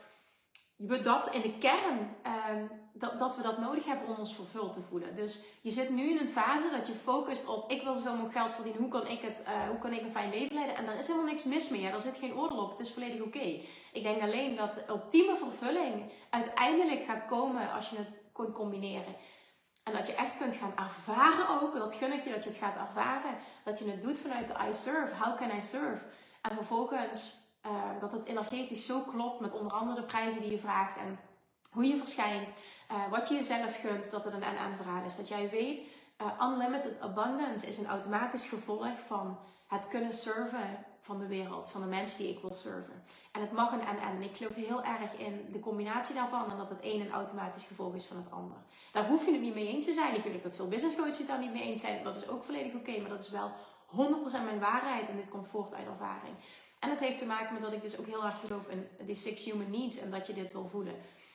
we dat in de kern, um, dat, dat we dat nodig hebben om ons vervuld te voelen. Dus je zit nu in een fase dat je focust op, ik wil zoveel mogelijk geld verdienen, hoe kan ik, het, uh, hoe kan ik een fijn leven leiden? En daar is helemaal niks mis mee, daar zit geen oordeel op, het is volledig oké. Okay. Ik denk alleen dat de ultieme vervulling uiteindelijk gaat komen als je het kunt combineren. En dat je echt kunt gaan ervaren ook, dat gun ik je, dat je het gaat ervaren. Dat je het doet vanuit de I serve, how can I serve? En vervolgens uh, dat het energetisch zo klopt met onder andere de prijzen die je vraagt en hoe je verschijnt, uh, wat je jezelf gunt, dat het een en-en verhaal is. Dat jij weet, uh, unlimited abundance is een automatisch gevolg van het kunnen serven van de wereld, van de mensen die ik wil serven. En het mag een en-en. En ik geloof heel erg in de combinatie daarvan en dat het een een automatisch gevolg is van het ander. Daar hoef je het niet mee eens te zijn. Ik weet ook dat veel business coaches het daar niet mee eens zijn. Dat is ook volledig oké, okay, maar dat is wel honderd procent mijn waarheid en dit komt voort uit ervaring. En het heeft te maken met dat ik dus ook heel erg geloof in die six human needs en dat je dit wil voelen.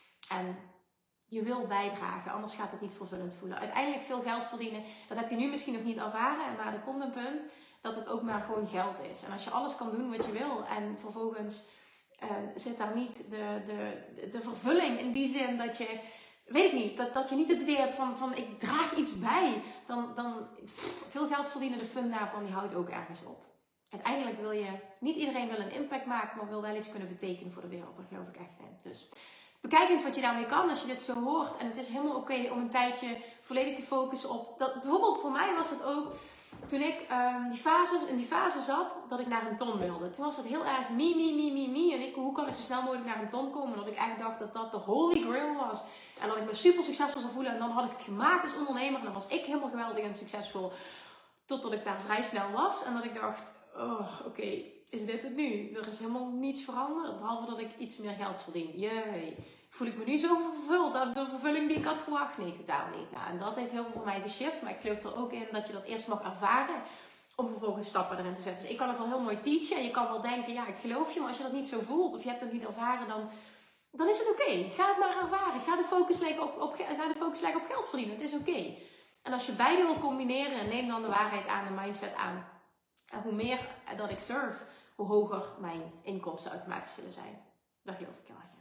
En je wil bijdragen, anders gaat het niet vervullend voelen. Uiteindelijk veel geld verdienen, dat heb je nu misschien nog niet ervaren, maar er komt een punt dat het ook maar gewoon geld is. En als je alles kan doen wat je wil en vervolgens uh, zit daar niet de, de, de vervulling in die zin dat je, weet ik niet, dat, dat je niet het idee hebt van, van ik draag iets bij, dan, dan pff, veel geld verdienen, de fun daarvan, die houdt ook ergens op. Uiteindelijk wil je, niet iedereen wil een impact maken, maar wil wel iets kunnen betekenen voor de wereld. Daar geloof ik echt in. Dus bekijk eens wat je daarmee kan als je dit zo hoort. En het is helemaal oké okay om een tijdje volledig te focussen op, dat, bijvoorbeeld voor mij was het ook, toen ik um, die fases, in die fase zat, dat ik naar een ton wilde. Toen was het heel erg me, me, me, me, me. En ik, hoe kan ik zo snel mogelijk naar een ton komen? Dat ik echt dacht dat dat de holy grail was. En dat ik me super succesvol zou voelen. En dan had ik het gemaakt als ondernemer. En dan was ik helemaal geweldig en succesvol. Totdat ik daar vrij snel was. En dat ik dacht, oh, oké, okay, is dit het nu? Er is helemaal niets veranderd. Behalve dat ik iets meer geld verdien. Jee. Voel ik me nu zo vervuld af de vervulling die ik had verwacht? Nee, totaal niet. Nou, en dat heeft heel veel voor mij geshift. Maar ik geloof er ook in dat je dat eerst mag ervaren. Om vervolgens stappen erin te zetten. Dus ik kan het wel heel mooi teachen. En je kan wel denken, ja, ik geloof je. Maar als je dat niet zo voelt. Of je hebt het niet ervaren. Dan, dan is het oké. Okay. Ga het maar ervaren. Ga de focus leggen op, op, ga de focus leggen op geld verdienen. Het is oké. Okay. En als je beide wil combineren. Neem dan de waarheid aan. De mindset aan. En hoe meer dat ik surf. Hoe hoger mijn inkomsten automatisch zullen zijn. Dat geloof ik heel erg in.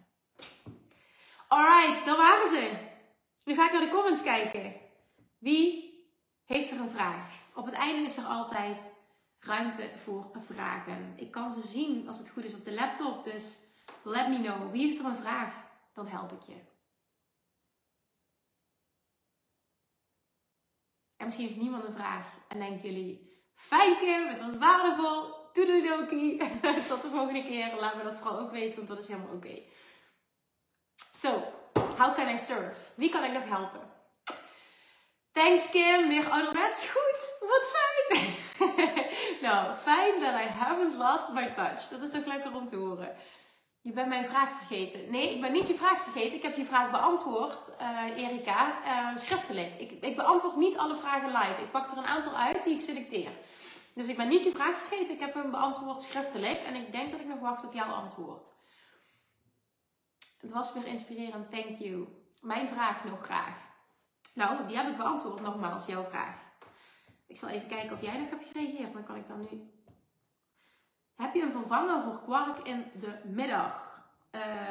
Alright, daar waren ze. Nu ga ik naar de comments kijken. Wie heeft er een vraag? Op het einde is er altijd ruimte voor vragen. Ik kan ze zien als het goed is op de laptop. Dus let me know. Wie heeft er een vraag? Dan help ik je. En misschien heeft niemand een vraag. En denken jullie, fijn Kim, het was waardevol. Toedeledokie. Tot de volgende keer. Laat me dat vooral ook weten, want dat is helemaal oké. Okay. Zo, so, how can I serve? Wie kan ik nog helpen? Thanks Kim, weer ouderwets. Goed, wat fijn. Nou, fijn that I haven't lost my touch. Dat is toch lekker om te horen. Je bent mijn vraag vergeten. Nee, ik ben niet je vraag vergeten. Ik heb je vraag beantwoord, uh, Erika, uh, schriftelijk. Ik, ik beantwoord niet alle vragen live. Ik pak er een aantal uit die ik selecteer. Dus ik ben niet je vraag vergeten. Ik heb hem beantwoord schriftelijk. En ik denk dat ik nog wacht op jouw antwoord. Het was weer inspirerend. Thank you. Mijn vraag nog graag. Nou, die heb ik beantwoord nogmaals, jouw vraag. Ik zal even kijken of jij nog hebt gereageerd. Dan kan ik dan nu... Heb je een vervanger voor kwark in de middag? Uh,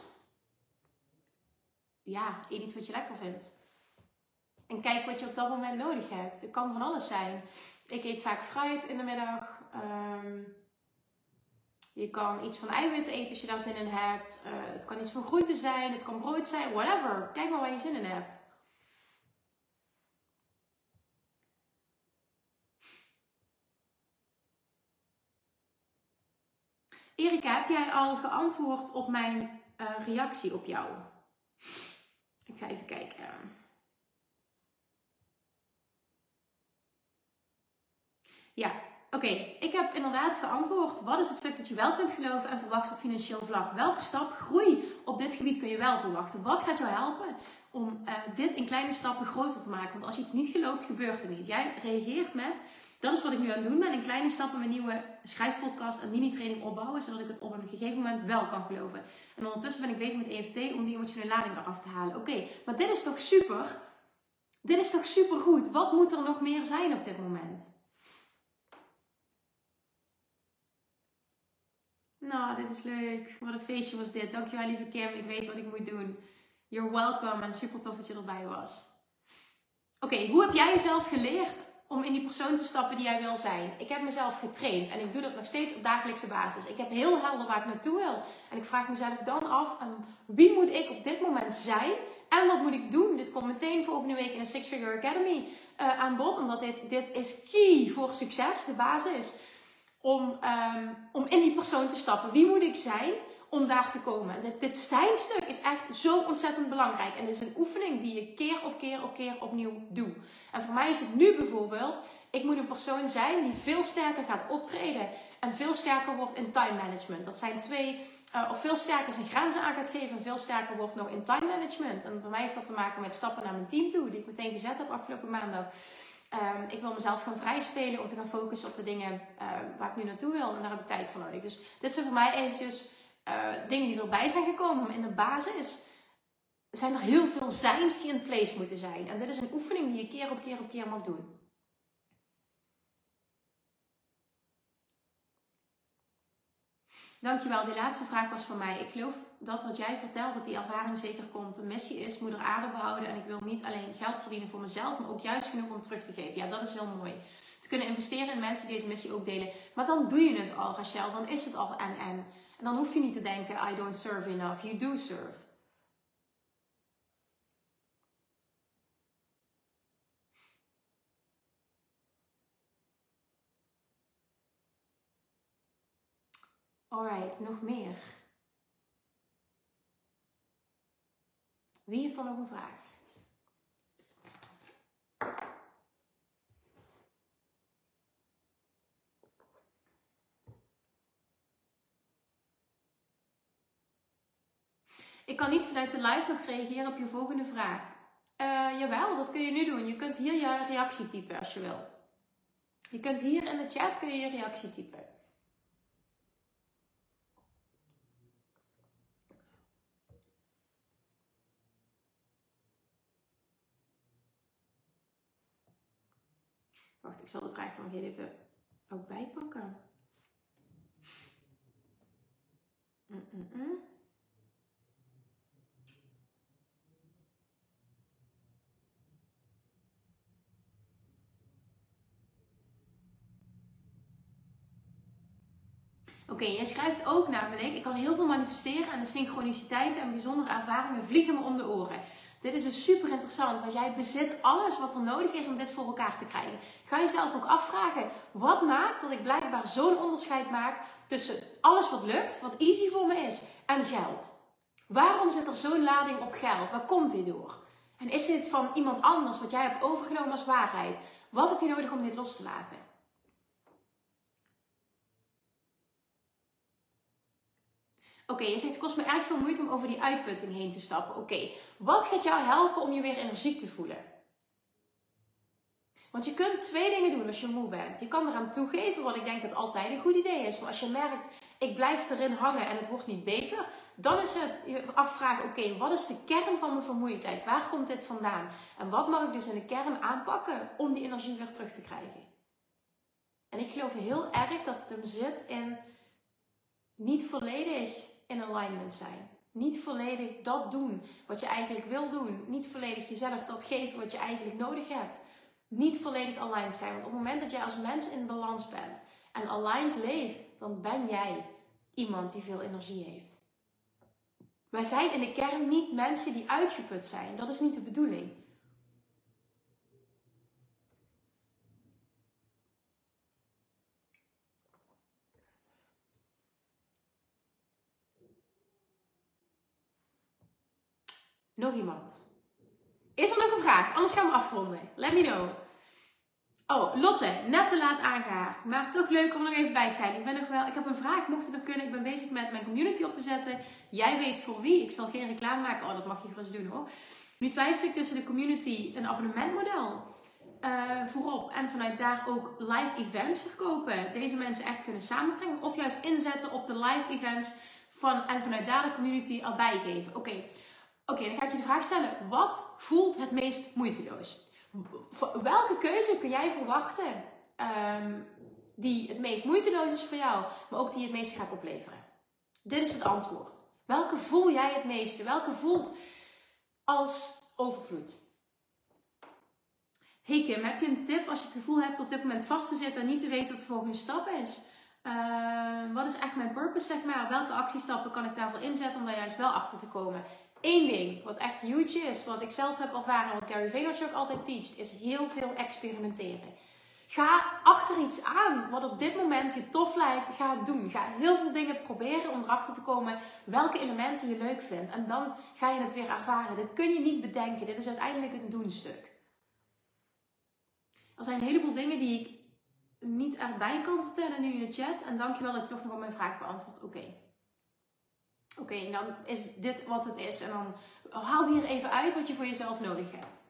ja, eet iets wat je lekker vindt. En kijk wat je op dat moment nodig hebt. Het kan van alles zijn. Ik eet vaak fruit in de middag. Um, je kan iets van eiwitten eten als je daar zin in hebt. Uh, het kan iets van groente zijn. Het kan brood zijn. Whatever. Kijk maar waar je zin in hebt. Erika, heb jij al geantwoord op mijn uh, reactie op jou? Ik ga even kijken. Ja, oké. Okay. Ik heb inderdaad geantwoord. Wat is het stuk dat je wel kunt geloven en verwachten op financieel vlak? Welke stap, groei op dit gebied kun je wel verwachten? Wat gaat jou helpen om uh, dit in kleine stappen groter te maken? Want als je iets niet gelooft, gebeurt het niet. Jij reageert met... Dat is wat ik nu aan het doen ben. In kleine stappen mijn nieuwe schrijfpodcast en mini-training opbouwen. Zodat ik het op een gegeven moment wel kan geloven. En ondertussen ben ik bezig met E F T om die emotionele lading eraf te halen. Oké, okay, maar dit is toch super? Dit is toch super goed? Wat moet er nog meer zijn op dit moment? Nou, dit is leuk. Wat een feestje was dit. Dankjewel lieve Kim. Ik weet wat ik moet doen. You're welcome. En super tof dat je erbij was. Oké, okay, hoe heb jij jezelf geleerd om in die persoon te stappen die jij wil zijn? Ik heb mezelf getraind en ik doe dat nog steeds op dagelijkse basis. Ik heb heel helder waar ik naartoe wil. En ik vraag mezelf dan af, um, wie moet ik op dit moment zijn? En wat moet ik doen? Dit komt meteen volgende week in een Six Figure Academy uh, aan bod. Omdat dit, dit is key voor succes, de basis. Om, um, om in die persoon te stappen. Wie moet ik zijn om daar te komen? Dit, dit zijnstuk is echt zo ontzettend belangrijk. En dit is een oefening die je keer op keer op keer opnieuw doet. En voor mij is het nu bijvoorbeeld... Ik moet een persoon zijn die veel sterker gaat optreden. En veel sterker wordt in time management. Dat zijn twee... Uh, of veel sterker zijn grenzen aan gaat geven. En veel sterker wordt nog in time management. En voor mij heeft dat te maken met stappen naar mijn team toe. Die ik meteen gezet heb afgelopen maandag. Um, ik wil mezelf gaan vrijspelen om te gaan focussen op de dingen uh, waar ik nu naartoe wil. En daar heb ik tijd voor nodig. Dus dit zijn voor mij eventjes uh, dingen die erbij zijn gekomen. Maar in de basis zijn er heel veel zijns die in place moeten zijn. En dit is een oefening die je keer op keer op keer mag doen. Dankjewel, die laatste vraag was van mij. Ik geloof dat wat jij vertelt, dat die ervaring zeker komt. De missie is moeder aarde behouden. En ik wil niet alleen geld verdienen voor mezelf, maar ook juist genoeg om terug te geven. Ja, dat is heel mooi. Te kunnen investeren in mensen die deze missie ook delen. Maar dan doe je het al, Rachel. Dan is het al en en. En dan hoef je niet te denken, I don't serve enough. You do serve. Alright, nog meer. Wie heeft er nog een vraag? Ik kan niet vanuit de live nog reageren op je volgende vraag. Uh, jawel, dat kun je nu doen. Je kunt hier je reactie typen als je wil. Je kunt hier in de chat kun je, je reactie typen. Wacht, ik zal de vraag dan nog even ook bijpakken. Mm-mm-mm. Oké, okay, jij schrijft ook namelijk, ik kan heel veel manifesteren en de synchroniciteiten en bijzondere ervaringen vliegen me om de oren. Dit is dus super interessant, want jij bezit alles wat er nodig is om dit voor elkaar te krijgen. Ga jezelf ook afvragen, wat maakt dat ik blijkbaar zo'n onderscheid maak tussen alles wat lukt, wat easy voor me is, en geld? Waarom zit er zo'n lading op geld? Waar komt die door? En is dit van iemand anders wat jij hebt overgenomen als waarheid? Wat heb je nodig om dit los te laten? Oké, okay, je zegt het kost me erg veel moeite om over die uitputting heen te stappen. Oké, okay. Wat gaat jou helpen om je weer energiek te voelen? Want je kunt twee dingen doen als je moe bent. Je kan eraan toegeven, wat ik denk dat altijd een goed idee is. Maar als je merkt, ik blijf erin hangen en het wordt niet beter. Dan is het je afvragen, oké, okay, wat is de kern van mijn vermoeidheid? Waar komt dit vandaan? En wat mag ik dus in de kern aanpakken om die energie weer terug te krijgen? En ik geloof heel erg dat het hem zit in niet volledig in alignment zijn. Niet volledig dat doen wat je eigenlijk wil doen. Niet volledig jezelf dat geven wat je eigenlijk nodig hebt. Niet volledig aligned zijn. Want op het moment dat jij als mens in balans bent en aligned leeft, dan ben jij iemand die veel energie heeft. Wij zijn in de kern niet mensen die uitgeput zijn. Dat is niet de bedoeling. Nog iemand? Is er nog een vraag? Anders gaan we afronden. Let me know. Oh, Lotte, net te laat aangehaakt. Maar toch leuk om er nog even bij te zijn. Ik ben nog wel, ik heb een vraag, mocht het nog kunnen. Ik ben bezig met mijn community op te zetten. Jij weet voor wie. Ik zal geen reclame maken. Oh, dat mag je gerust doen hoor. Nu twijfel ik tussen de community een abonnementmodel uh, voorop. En vanuit daar ook live events verkopen. Deze mensen echt kunnen samenbrengen. Of juist inzetten op de live events. Van, en vanuit daar de community al bijgeven. Oké, okay. Oké, okay, dan ga ik je de vraag stellen. Wat voelt het meest moeiteloos? Welke keuze kun jij verwachten um, die het meest moeiteloos is voor jou, maar ook die het meeste gaat opleveren? Dit is het antwoord. Welke voel jij het meeste? Welke voelt als overvloed? Hey Kim, heb je een tip als je het gevoel hebt op dit moment vast te zitten en niet te weten wat de volgende stap is? Uh, wat is echt mijn purpose, zeg maar? Welke actiestappen kan ik daarvoor inzetten om daar juist wel achter te komen? Eén ding wat echt huge is, wat ik zelf heb ervaren, wat Gary Vaynerchuk ook altijd teacht, is heel veel experimenteren. Ga achter iets aan wat op dit moment je tof lijkt. Ga het doen. Ga heel veel dingen proberen om erachter te komen welke elementen je leuk vindt. En dan ga je het weer ervaren. Dit kun je niet bedenken. Dit is uiteindelijk een doenstuk. Er zijn een heleboel dingen die ik niet erbij kan vertellen nu in de chat. En dankjewel dat je toch nog op mijn vraag beantwoordt. Oké. Okay. Oké, okay, dan is dit wat het is. En dan haal hier even uit wat je voor jezelf nodig hebt.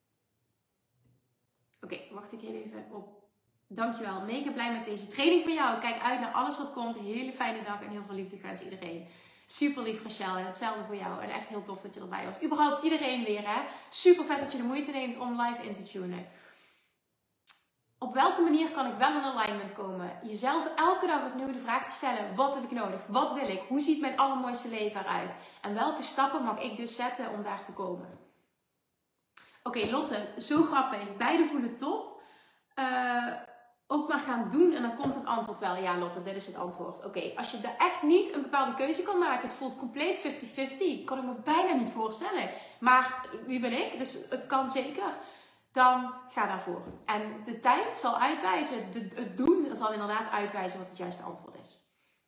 Oké, okay, wacht ik heel even op. Dankjewel. Mega blij met deze training van jou. Kijk uit naar alles wat komt. Een hele fijne dag en heel veel liefde wens iedereen. Super lief, Rachel. En hetzelfde voor jou. En echt heel tof dat je erbij was. Überhaupt iedereen weer, hè. Super vet dat je de moeite neemt om live in te tunen. Op welke manier kan ik wel in alignment komen? Jezelf elke dag opnieuw de vraag te stellen. Wat heb ik nodig? Wat wil ik? Hoe ziet mijn allermooiste leven eruit? En welke stappen mag ik dus zetten om daar te komen? Oké, okay, Lotte, zo grappig. Beide voelen top. Uh, ook maar gaan doen en dan komt het antwoord wel. Ja, Lotte, dit is het antwoord. Oké, okay, als je er echt niet een bepaalde keuze kan maken, het voelt compleet vijftig vijftig, kan ik me bijna niet voorstellen. Maar wie ben ik? Dus het kan zeker. Dan ga daarvoor. En de tijd zal uitwijzen, de, het doen zal inderdaad uitwijzen wat het juiste antwoord is.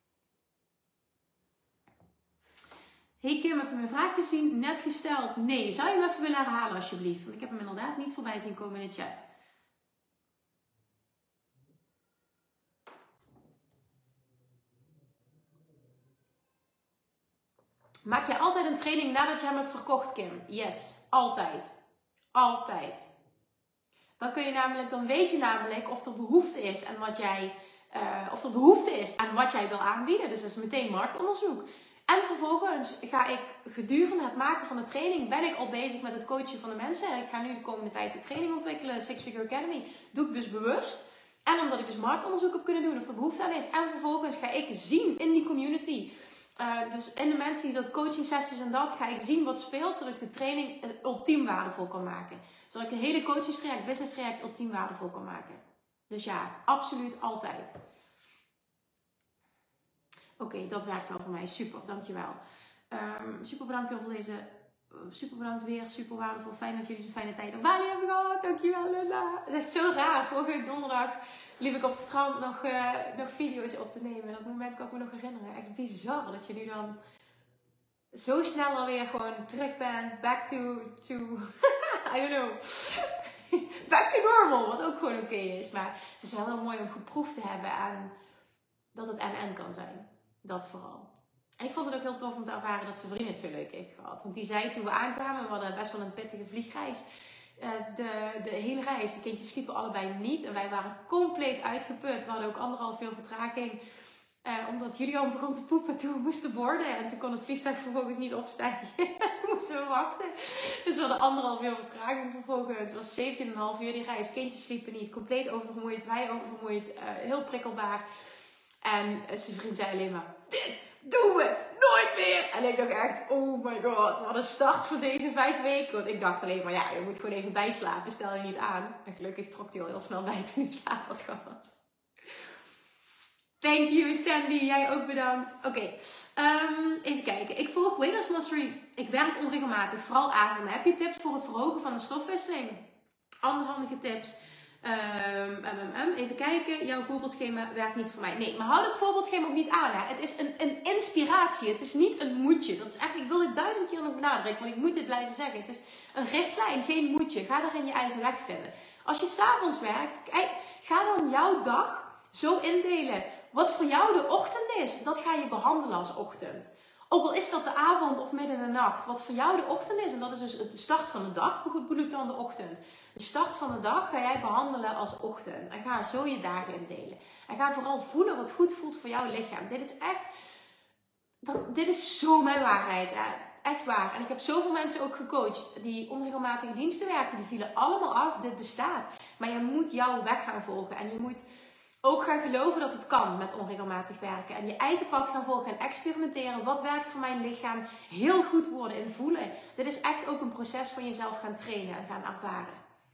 Hey Kim, heb je mijn vraag gezien? Net gesteld. Nee, zou je hem even willen herhalen alsjeblieft? Want ik heb hem inderdaad niet voorbij zien komen in de chat. Maak jij altijd een training nadat je hem hebt verkocht, Kim? Yes, altijd. Altijd. Dan kun je namelijk, dan weet je namelijk of er behoefte is aan wat jij, uh, of er behoefte is aan wat jij wil aanbieden. Dus dat is meteen marktonderzoek. En vervolgens ga ik gedurende het maken van de training, ben ik al bezig met het coachen van de mensen. Ik ga nu de komende tijd de training ontwikkelen, de Six Figure Academy. Doe ik dus bewust. En omdat ik dus marktonderzoek heb kunnen doen of er behoefte aan is. En vervolgens ga ik zien in die community. Uh, dus in de mensen die dat coaching sessies en dat, ga ik zien wat speelt, zodat ik de training ultiem waardevol kan maken. Zodat ik de hele coachingstraject, business traject ultiem waardevol kan maken. Dus ja, absoluut altijd. Oké, okay, dat werkt wel voor mij. Super, dankjewel. Um, super bedankt weer voor deze... Super bedankt weer, super waardevol. Fijn dat jullie zo'n fijne tijd op Bali hebben gehad. Dankjewel, Luna. Het is echt zo raar. Vorige week donderdag liep ik op het strand nog, uh, nog video's op te nemen. Dat moment kan ik me nog herinneren. Echt bizar dat je nu dan zo snel alweer gewoon terug bent. Back to... to I don't know. Back to normal. Wat ook gewoon oké okay is. Maar het is wel heel mooi om geproefd te hebben aan dat het en-en kan zijn. Dat vooral. En ik vond het ook heel tof om te ervaren dat zijn vriend het zo leuk heeft gehad. Want die zei toen we aankwamen, we hadden best wel een pittige vliegreis. uh, de, de hele reis. De kindjes sliepen allebei niet. En wij waren compleet uitgeput. We hadden ook anderhalf uur vertraging. Uh, omdat Julian begon te poepen toen we moesten borden. En toen kon het vliegtuig vervolgens niet opstijgen. Toen moesten we wachten. Dus we hadden anderhalf uur vertraging vervolgens. Het was zeventien komma vijf uur die reis. Kindjes sliepen niet. Compleet oververmoeid. Wij oververmoeid. Uh, heel prikkelbaar. En zijn vriend zei alleen maar: dit doen we nooit meer. En ik dacht echt: oh my god, wat een start voor deze vijf weken. Want ik dacht alleen maar: ja, je moet gewoon even bijslapen. Stel je niet aan. En gelukkig trok hij al heel snel bij toen hij slaap had gehad. Thank you Sandy, jij ook bedankt. Oké, okay. um, even kijken. Ik volg Weight Loss Mastery. Ik werk onregelmatig, vooral avonden. Heb je tips voor het verhogen van de stofwisseling? Andere handige tips. Um, um, um, even kijken. Jouw voorbeeldschema werkt niet voor mij. Nee, maar houd het voorbeeldschema ook niet aan. Hè. Het is een, een inspiratie. Het is niet een moedje. Dat is echt, ik wil dit duizend keer nog benadrukken, want ik moet dit blijven zeggen. Het is een richtlijn, geen moedje. Ga daarin je eigen weg vinden. Als je 's avonds werkt, kijk, ga dan jouw dag zo indelen. Wat voor jou de ochtend is, dat ga je behandelen als ochtend. Ook al is dat de avond of midden in de nacht. Wat voor jou de ochtend is, en dat is dus de start van de dag, bedoel ik dan de ochtend. De start van de dag ga jij behandelen als ochtend. En ga zo je dagen indelen. En ga vooral voelen wat goed voelt voor jouw lichaam. Dit is echt, dat, dit is zo mijn waarheid. Hè? Echt waar. En ik heb zoveel mensen ook gecoacht die onregelmatige diensten werken. Die vielen allemaal af. Dit bestaat. Maar je moet jouw weg gaan volgen. En je moet ook gaan geloven dat het kan met onregelmatig werken. En je eigen pad gaan volgen en experimenteren. Wat werkt voor mijn lichaam? Heel goed worden in voelen. Dit is echt ook een proces van jezelf gaan trainen en gaan ervaren.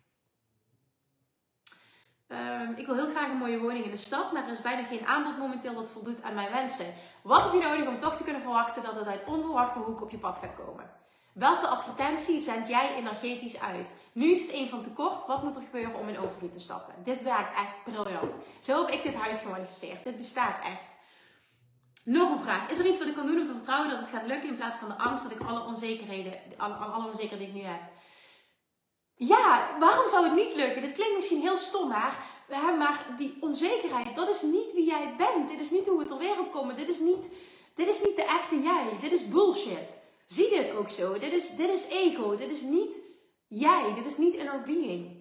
Um, ik wil heel graag een mooie woning in de stad. Maar er is bijna geen aanbod momenteel dat voldoet aan mijn wensen. Wat heb je nodig om toch te kunnen verwachten dat het uit onverwachte hoek op je pad gaat komen? Welke advertentie zend jij energetisch uit? Nu is het een van tekort. Wat moet er gebeuren om in overvloed te stappen? Dit werkt echt briljant. Zo heb ik dit huis gemanifesteerd. Dit bestaat echt. Nog een vraag. Is er iets wat ik kan doen om te vertrouwen dat het gaat lukken in plaats van de angst dat ik alle onzekerheden, alle, alle onzekerheden die ik nu heb? Ja, waarom zou het niet lukken? Dit klinkt misschien heel stom, maar, maar die onzekerheid, dat is niet wie jij bent. Dit is niet hoe we ter wereld komen. Dit is niet, dit is niet de echte jij. Dit is bullshit. Zie dit ook zo. Dit is, dit is ego. Dit is niet jij. Dit is niet inner being.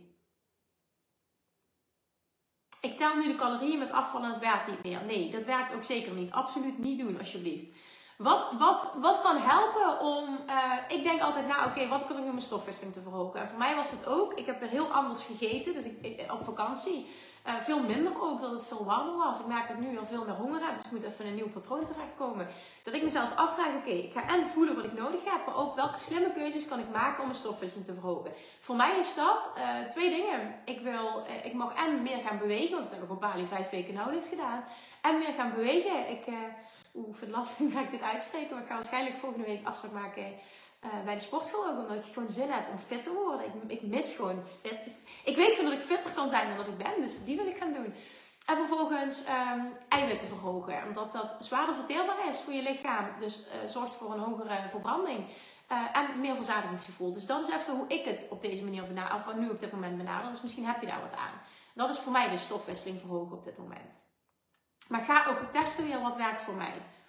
Ik tel nu de calorieën met afvallen en het werkt niet meer. Nee, dat werkt ook zeker niet. Absoluut niet doen, alsjeblieft. Wat, wat, wat kan helpen om... Uh, ik denk altijd, nou oké, okay, wat kan ik doen om mijn stofwisseling te verhogen? En voor mij was het ook, ik heb er heel anders gegeten. Dus ik, ik, op vakantie. Uh, veel minder ook, dat het veel warmer was. Ik merk dat ik nu al veel meer honger heb. Dus ik moet even in een nieuw patroon terechtkomen. Dat ik mezelf afvraag, oké, okay, ik ga en voelen wat ik nodig heb. Maar ook welke slimme keuzes kan ik maken om mijn stofwisseling te verhogen. Voor mij is dat uh, twee dingen. Ik, wil, uh, ik mag en meer gaan bewegen. Want dat heb ik op Bali vijf weken nauwelijks gedaan. En meer gaan bewegen. Ik uh, oeh, vind het lastig, ga ik dit uitspreken. Maar ik ga waarschijnlijk volgende week afspraak maken... Uh, bij de sportschool ook, omdat ik gewoon zin heb om fit te worden. Ik, ik mis gewoon fit. Ik weet gewoon dat ik fitter kan zijn dan dat ik ben, dus die wil ik gaan doen. En vervolgens um, eiwitten verhogen, omdat dat zwaarder verteerbaar is voor je lichaam. Dus uh, zorgt voor een hogere verbranding uh, en meer verzadigingsgevoel. Dus dat is even hoe ik het op deze manier benader, of nu op dit moment benader. Dus misschien heb je daar wat aan. Dat is voor mij de stofwisseling verhogen op dit moment. Maar ga ook testen weer wat werkt voor mij.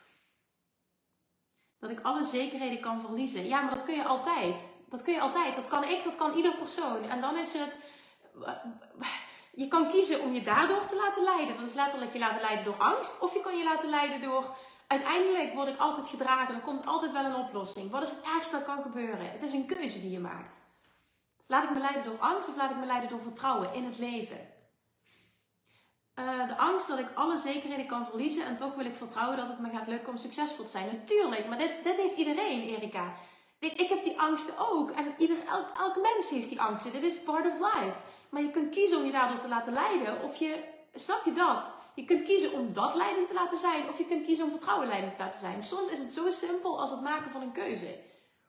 Dat ik alle zekerheden kan verliezen. Ja, maar dat kun je altijd. Dat kun je altijd. Dat kan ik, dat kan ieder persoon. En dan is het... Je kan kiezen om je daardoor te laten leiden. Dat is letterlijk je laten leiden door angst. Of je kan je laten leiden door... Uiteindelijk word ik altijd gedragen. Er komt altijd wel een oplossing. Wat is het ergste dat kan gebeuren? Het is een keuze die je maakt. Laat ik me leiden door angst of laat ik me leiden door vertrouwen in het leven? Uh, de angst dat ik alle zekerheden kan verliezen en toch wil ik vertrouwen dat het me gaat lukken om succesvol te zijn. Natuurlijk, maar dit, dit heeft iedereen, Erika. Ik, ik heb die angsten ook. En ieder, elk, elk mens heeft die angsten. Dit is part of life. Maar je kunt kiezen om je daardoor te laten leiden. Of je, snap je dat? Je kunt kiezen om dat leiding te laten zijn. Of je kunt kiezen om vertrouwen leiding te laten zijn. Soms is het zo simpel als het maken van een keuze.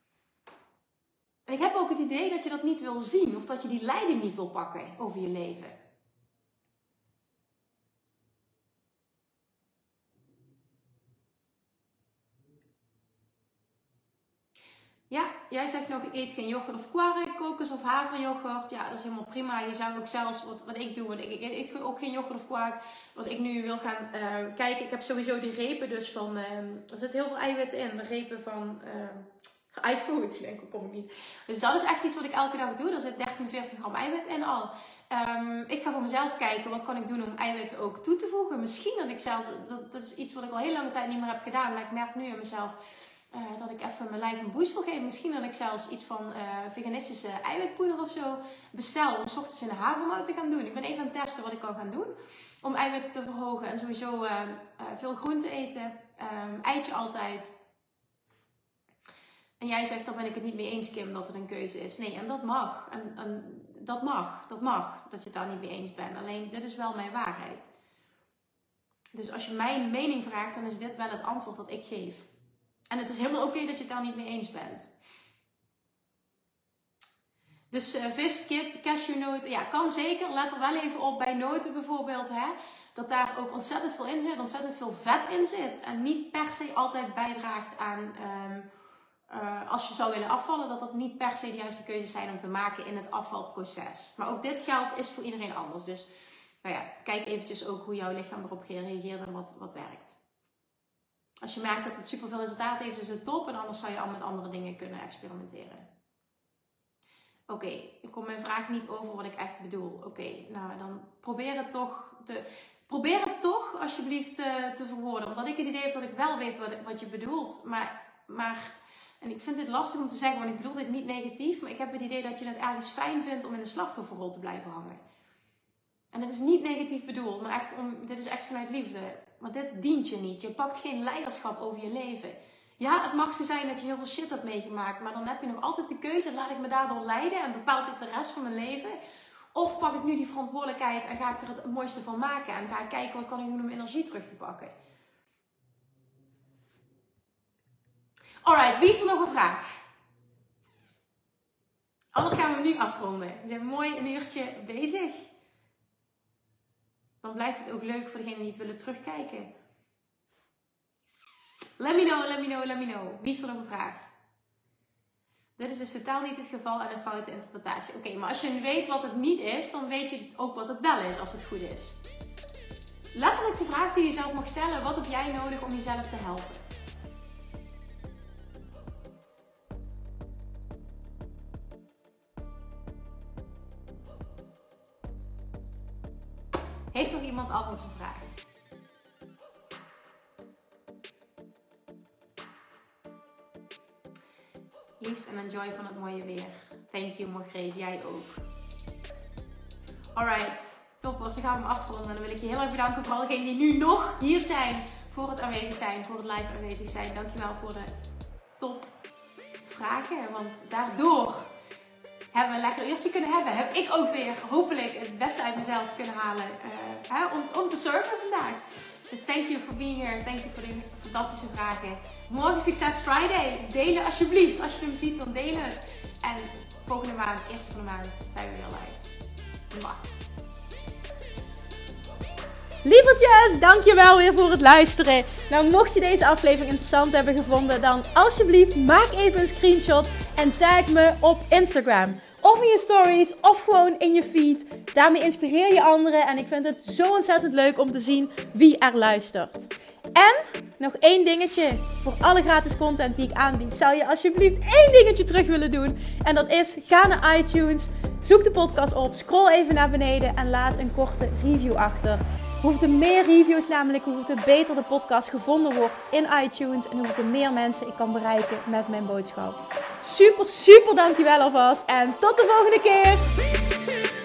En ik heb ook het idee dat je dat niet wil zien. Of dat je die leiding niet wil pakken over je leven. Ja, jij zegt nog, ik eet geen yoghurt of kwark, kokos of haveryoghurt. Ja, dat is helemaal prima. Je zou ook zelfs, wat, wat ik doe, want ik, ik eet ook geen yoghurt of kwark. Wat ik nu wil gaan uh, kijken, ik heb sowieso die repen dus van, uh, er zit heel veel eiwitten in. De repen van uh, iFood, denk ik, kom ik niet. Dus dat is echt iets wat ik elke dag doe. Er zit dertien, veertien gram eiwit in al. Um, ik ga voor mezelf kijken, wat kan ik doen om eiwit ook toe te voegen. Misschien dat ik zelfs, dat, dat is iets wat ik al heel lange tijd niet meer heb gedaan. Maar ik merk nu aan mezelf uh, dat ik even mijn lijf een boost wil geven. Misschien dat ik zelfs iets van uh, veganistische eiwitpoeder of zo bestel. Om 's ochtends in de havermout te gaan doen. Ik ben even aan het testen wat ik kan gaan doen. Om eiwitten te verhogen. En sowieso uh, uh, veel groente eten. Um, eitje altijd. En jij zegt, daar ben ik het niet mee eens, Kim, dat het een keuze is. Nee, en dat mag. En, en dat mag. Dat mag. Dat je het daar niet mee eens bent. Alleen, dit is wel mijn waarheid. Dus als je mijn mening vraagt, dan is dit wel het antwoord dat ik geef. En het is helemaal oké dat je het daar niet mee eens bent. Dus uh, vis, kip, cashewnoten, ja, kan zeker. Let er wel even op bij noten bijvoorbeeld, hè. Dat daar ook ontzettend veel in zit. Ontzettend veel vet in zit. En niet per se altijd bijdraagt aan... Um, Uh, als je zou willen afvallen, dat dat niet per se de juiste keuzes zijn om te maken in het afvalproces. Maar ook dit geldt is voor iedereen anders. Dus nou ja, kijk eventjes ook hoe jouw lichaam erop reageert en wat, wat werkt. Als je merkt dat het superveel resultaat heeft, is het top. En anders zou je al met andere dingen kunnen experimenteren. Oké, okay, ik kom mijn vraag niet over wat ik echt bedoel. Oké, okay, nou dan probeer het toch te... Probeer het toch alsjeblieft te, te verwoorden. Omdat ik het idee heb dat ik wel weet wat, wat je bedoelt. Maar... maar En ik vind dit lastig om te zeggen, want ik bedoel dit niet negatief. Maar ik heb het idee dat je het ergens fijn vindt om in de slachtofferrol te blijven hangen. En dat is niet negatief bedoeld, maar echt om, dit is echt vanuit liefde. Maar dit dient je niet. Je pakt geen leiderschap over je leven. Ja, het mag zo zijn dat je heel veel shit hebt meegemaakt. Maar dan heb je nog altijd de keuze, laat ik me daardoor leiden en bepaalt dit de rest van mijn leven? Of pak ik nu die verantwoordelijkheid en ga ik er het mooiste van maken. En ga ik kijken wat kan ik doen om energie terug te pakken. Alright, wie heeft er nog een vraag? Anders gaan we nu afronden. We zijn mooi een uurtje bezig. Dan blijft het ook leuk voor degenen die het willen terugkijken. Let me know, let me know, let me know. Wie heeft er nog een vraag? Dit is dus totaal niet het geval en een foute interpretatie. Oké, okay, maar als je weet wat het niet is, dan weet je ook wat het wel is als het goed is. Letterlijk de vraag die je zelf mag stellen. Wat heb jij nodig om jezelf te helpen? Heeft nog iemand anders een vraag? Liefs en enjoy van het mooie weer. Thank you Margreet, jij ook. Alright, toppers, dan gaan we hem afronden. En dan wil ik je heel erg bedanken voor allen die nu nog hier zijn. Voor het aanwezig zijn, voor het live aanwezig zijn. Dankjewel voor de top vragen. Want daardoor hebben we een lekker uurtje kunnen hebben. Heb ik ook weer hopelijk het beste uit mezelf kunnen halen. Uh, hè, om, om te surfen vandaag. Dus thank you for being here. Thank you voor de fantastische vragen. Morgen Success Friday. Delen alsjeblieft. Als je hem ziet, dan deel het. En volgende maand, eerste van de maand, zijn we weer live. Mwah. Lievertjes, dankjewel weer voor het luisteren. Nou, mocht je deze aflevering interessant hebben gevonden, dan alsjeblieft maak even een screenshot en tag me op Instagram. Of in je stories, of gewoon in je feed. Daarmee inspireer je anderen en ik vind het zo ontzettend leuk om te zien wie er luistert. En nog één dingetje. Voor alle gratis content die ik aanbied, zou je alsjeblieft één dingetje terug willen doen. En dat is, ga naar iTunes, zoek de podcast op, scroll even naar beneden en laat een korte review achter. Hoe er meer reviews namelijk, hoe er beter de podcast gevonden wordt in iTunes. En hoe er meer mensen ik kan bereiken met mijn boodschap. Super, super dankjewel alvast. En tot de volgende keer.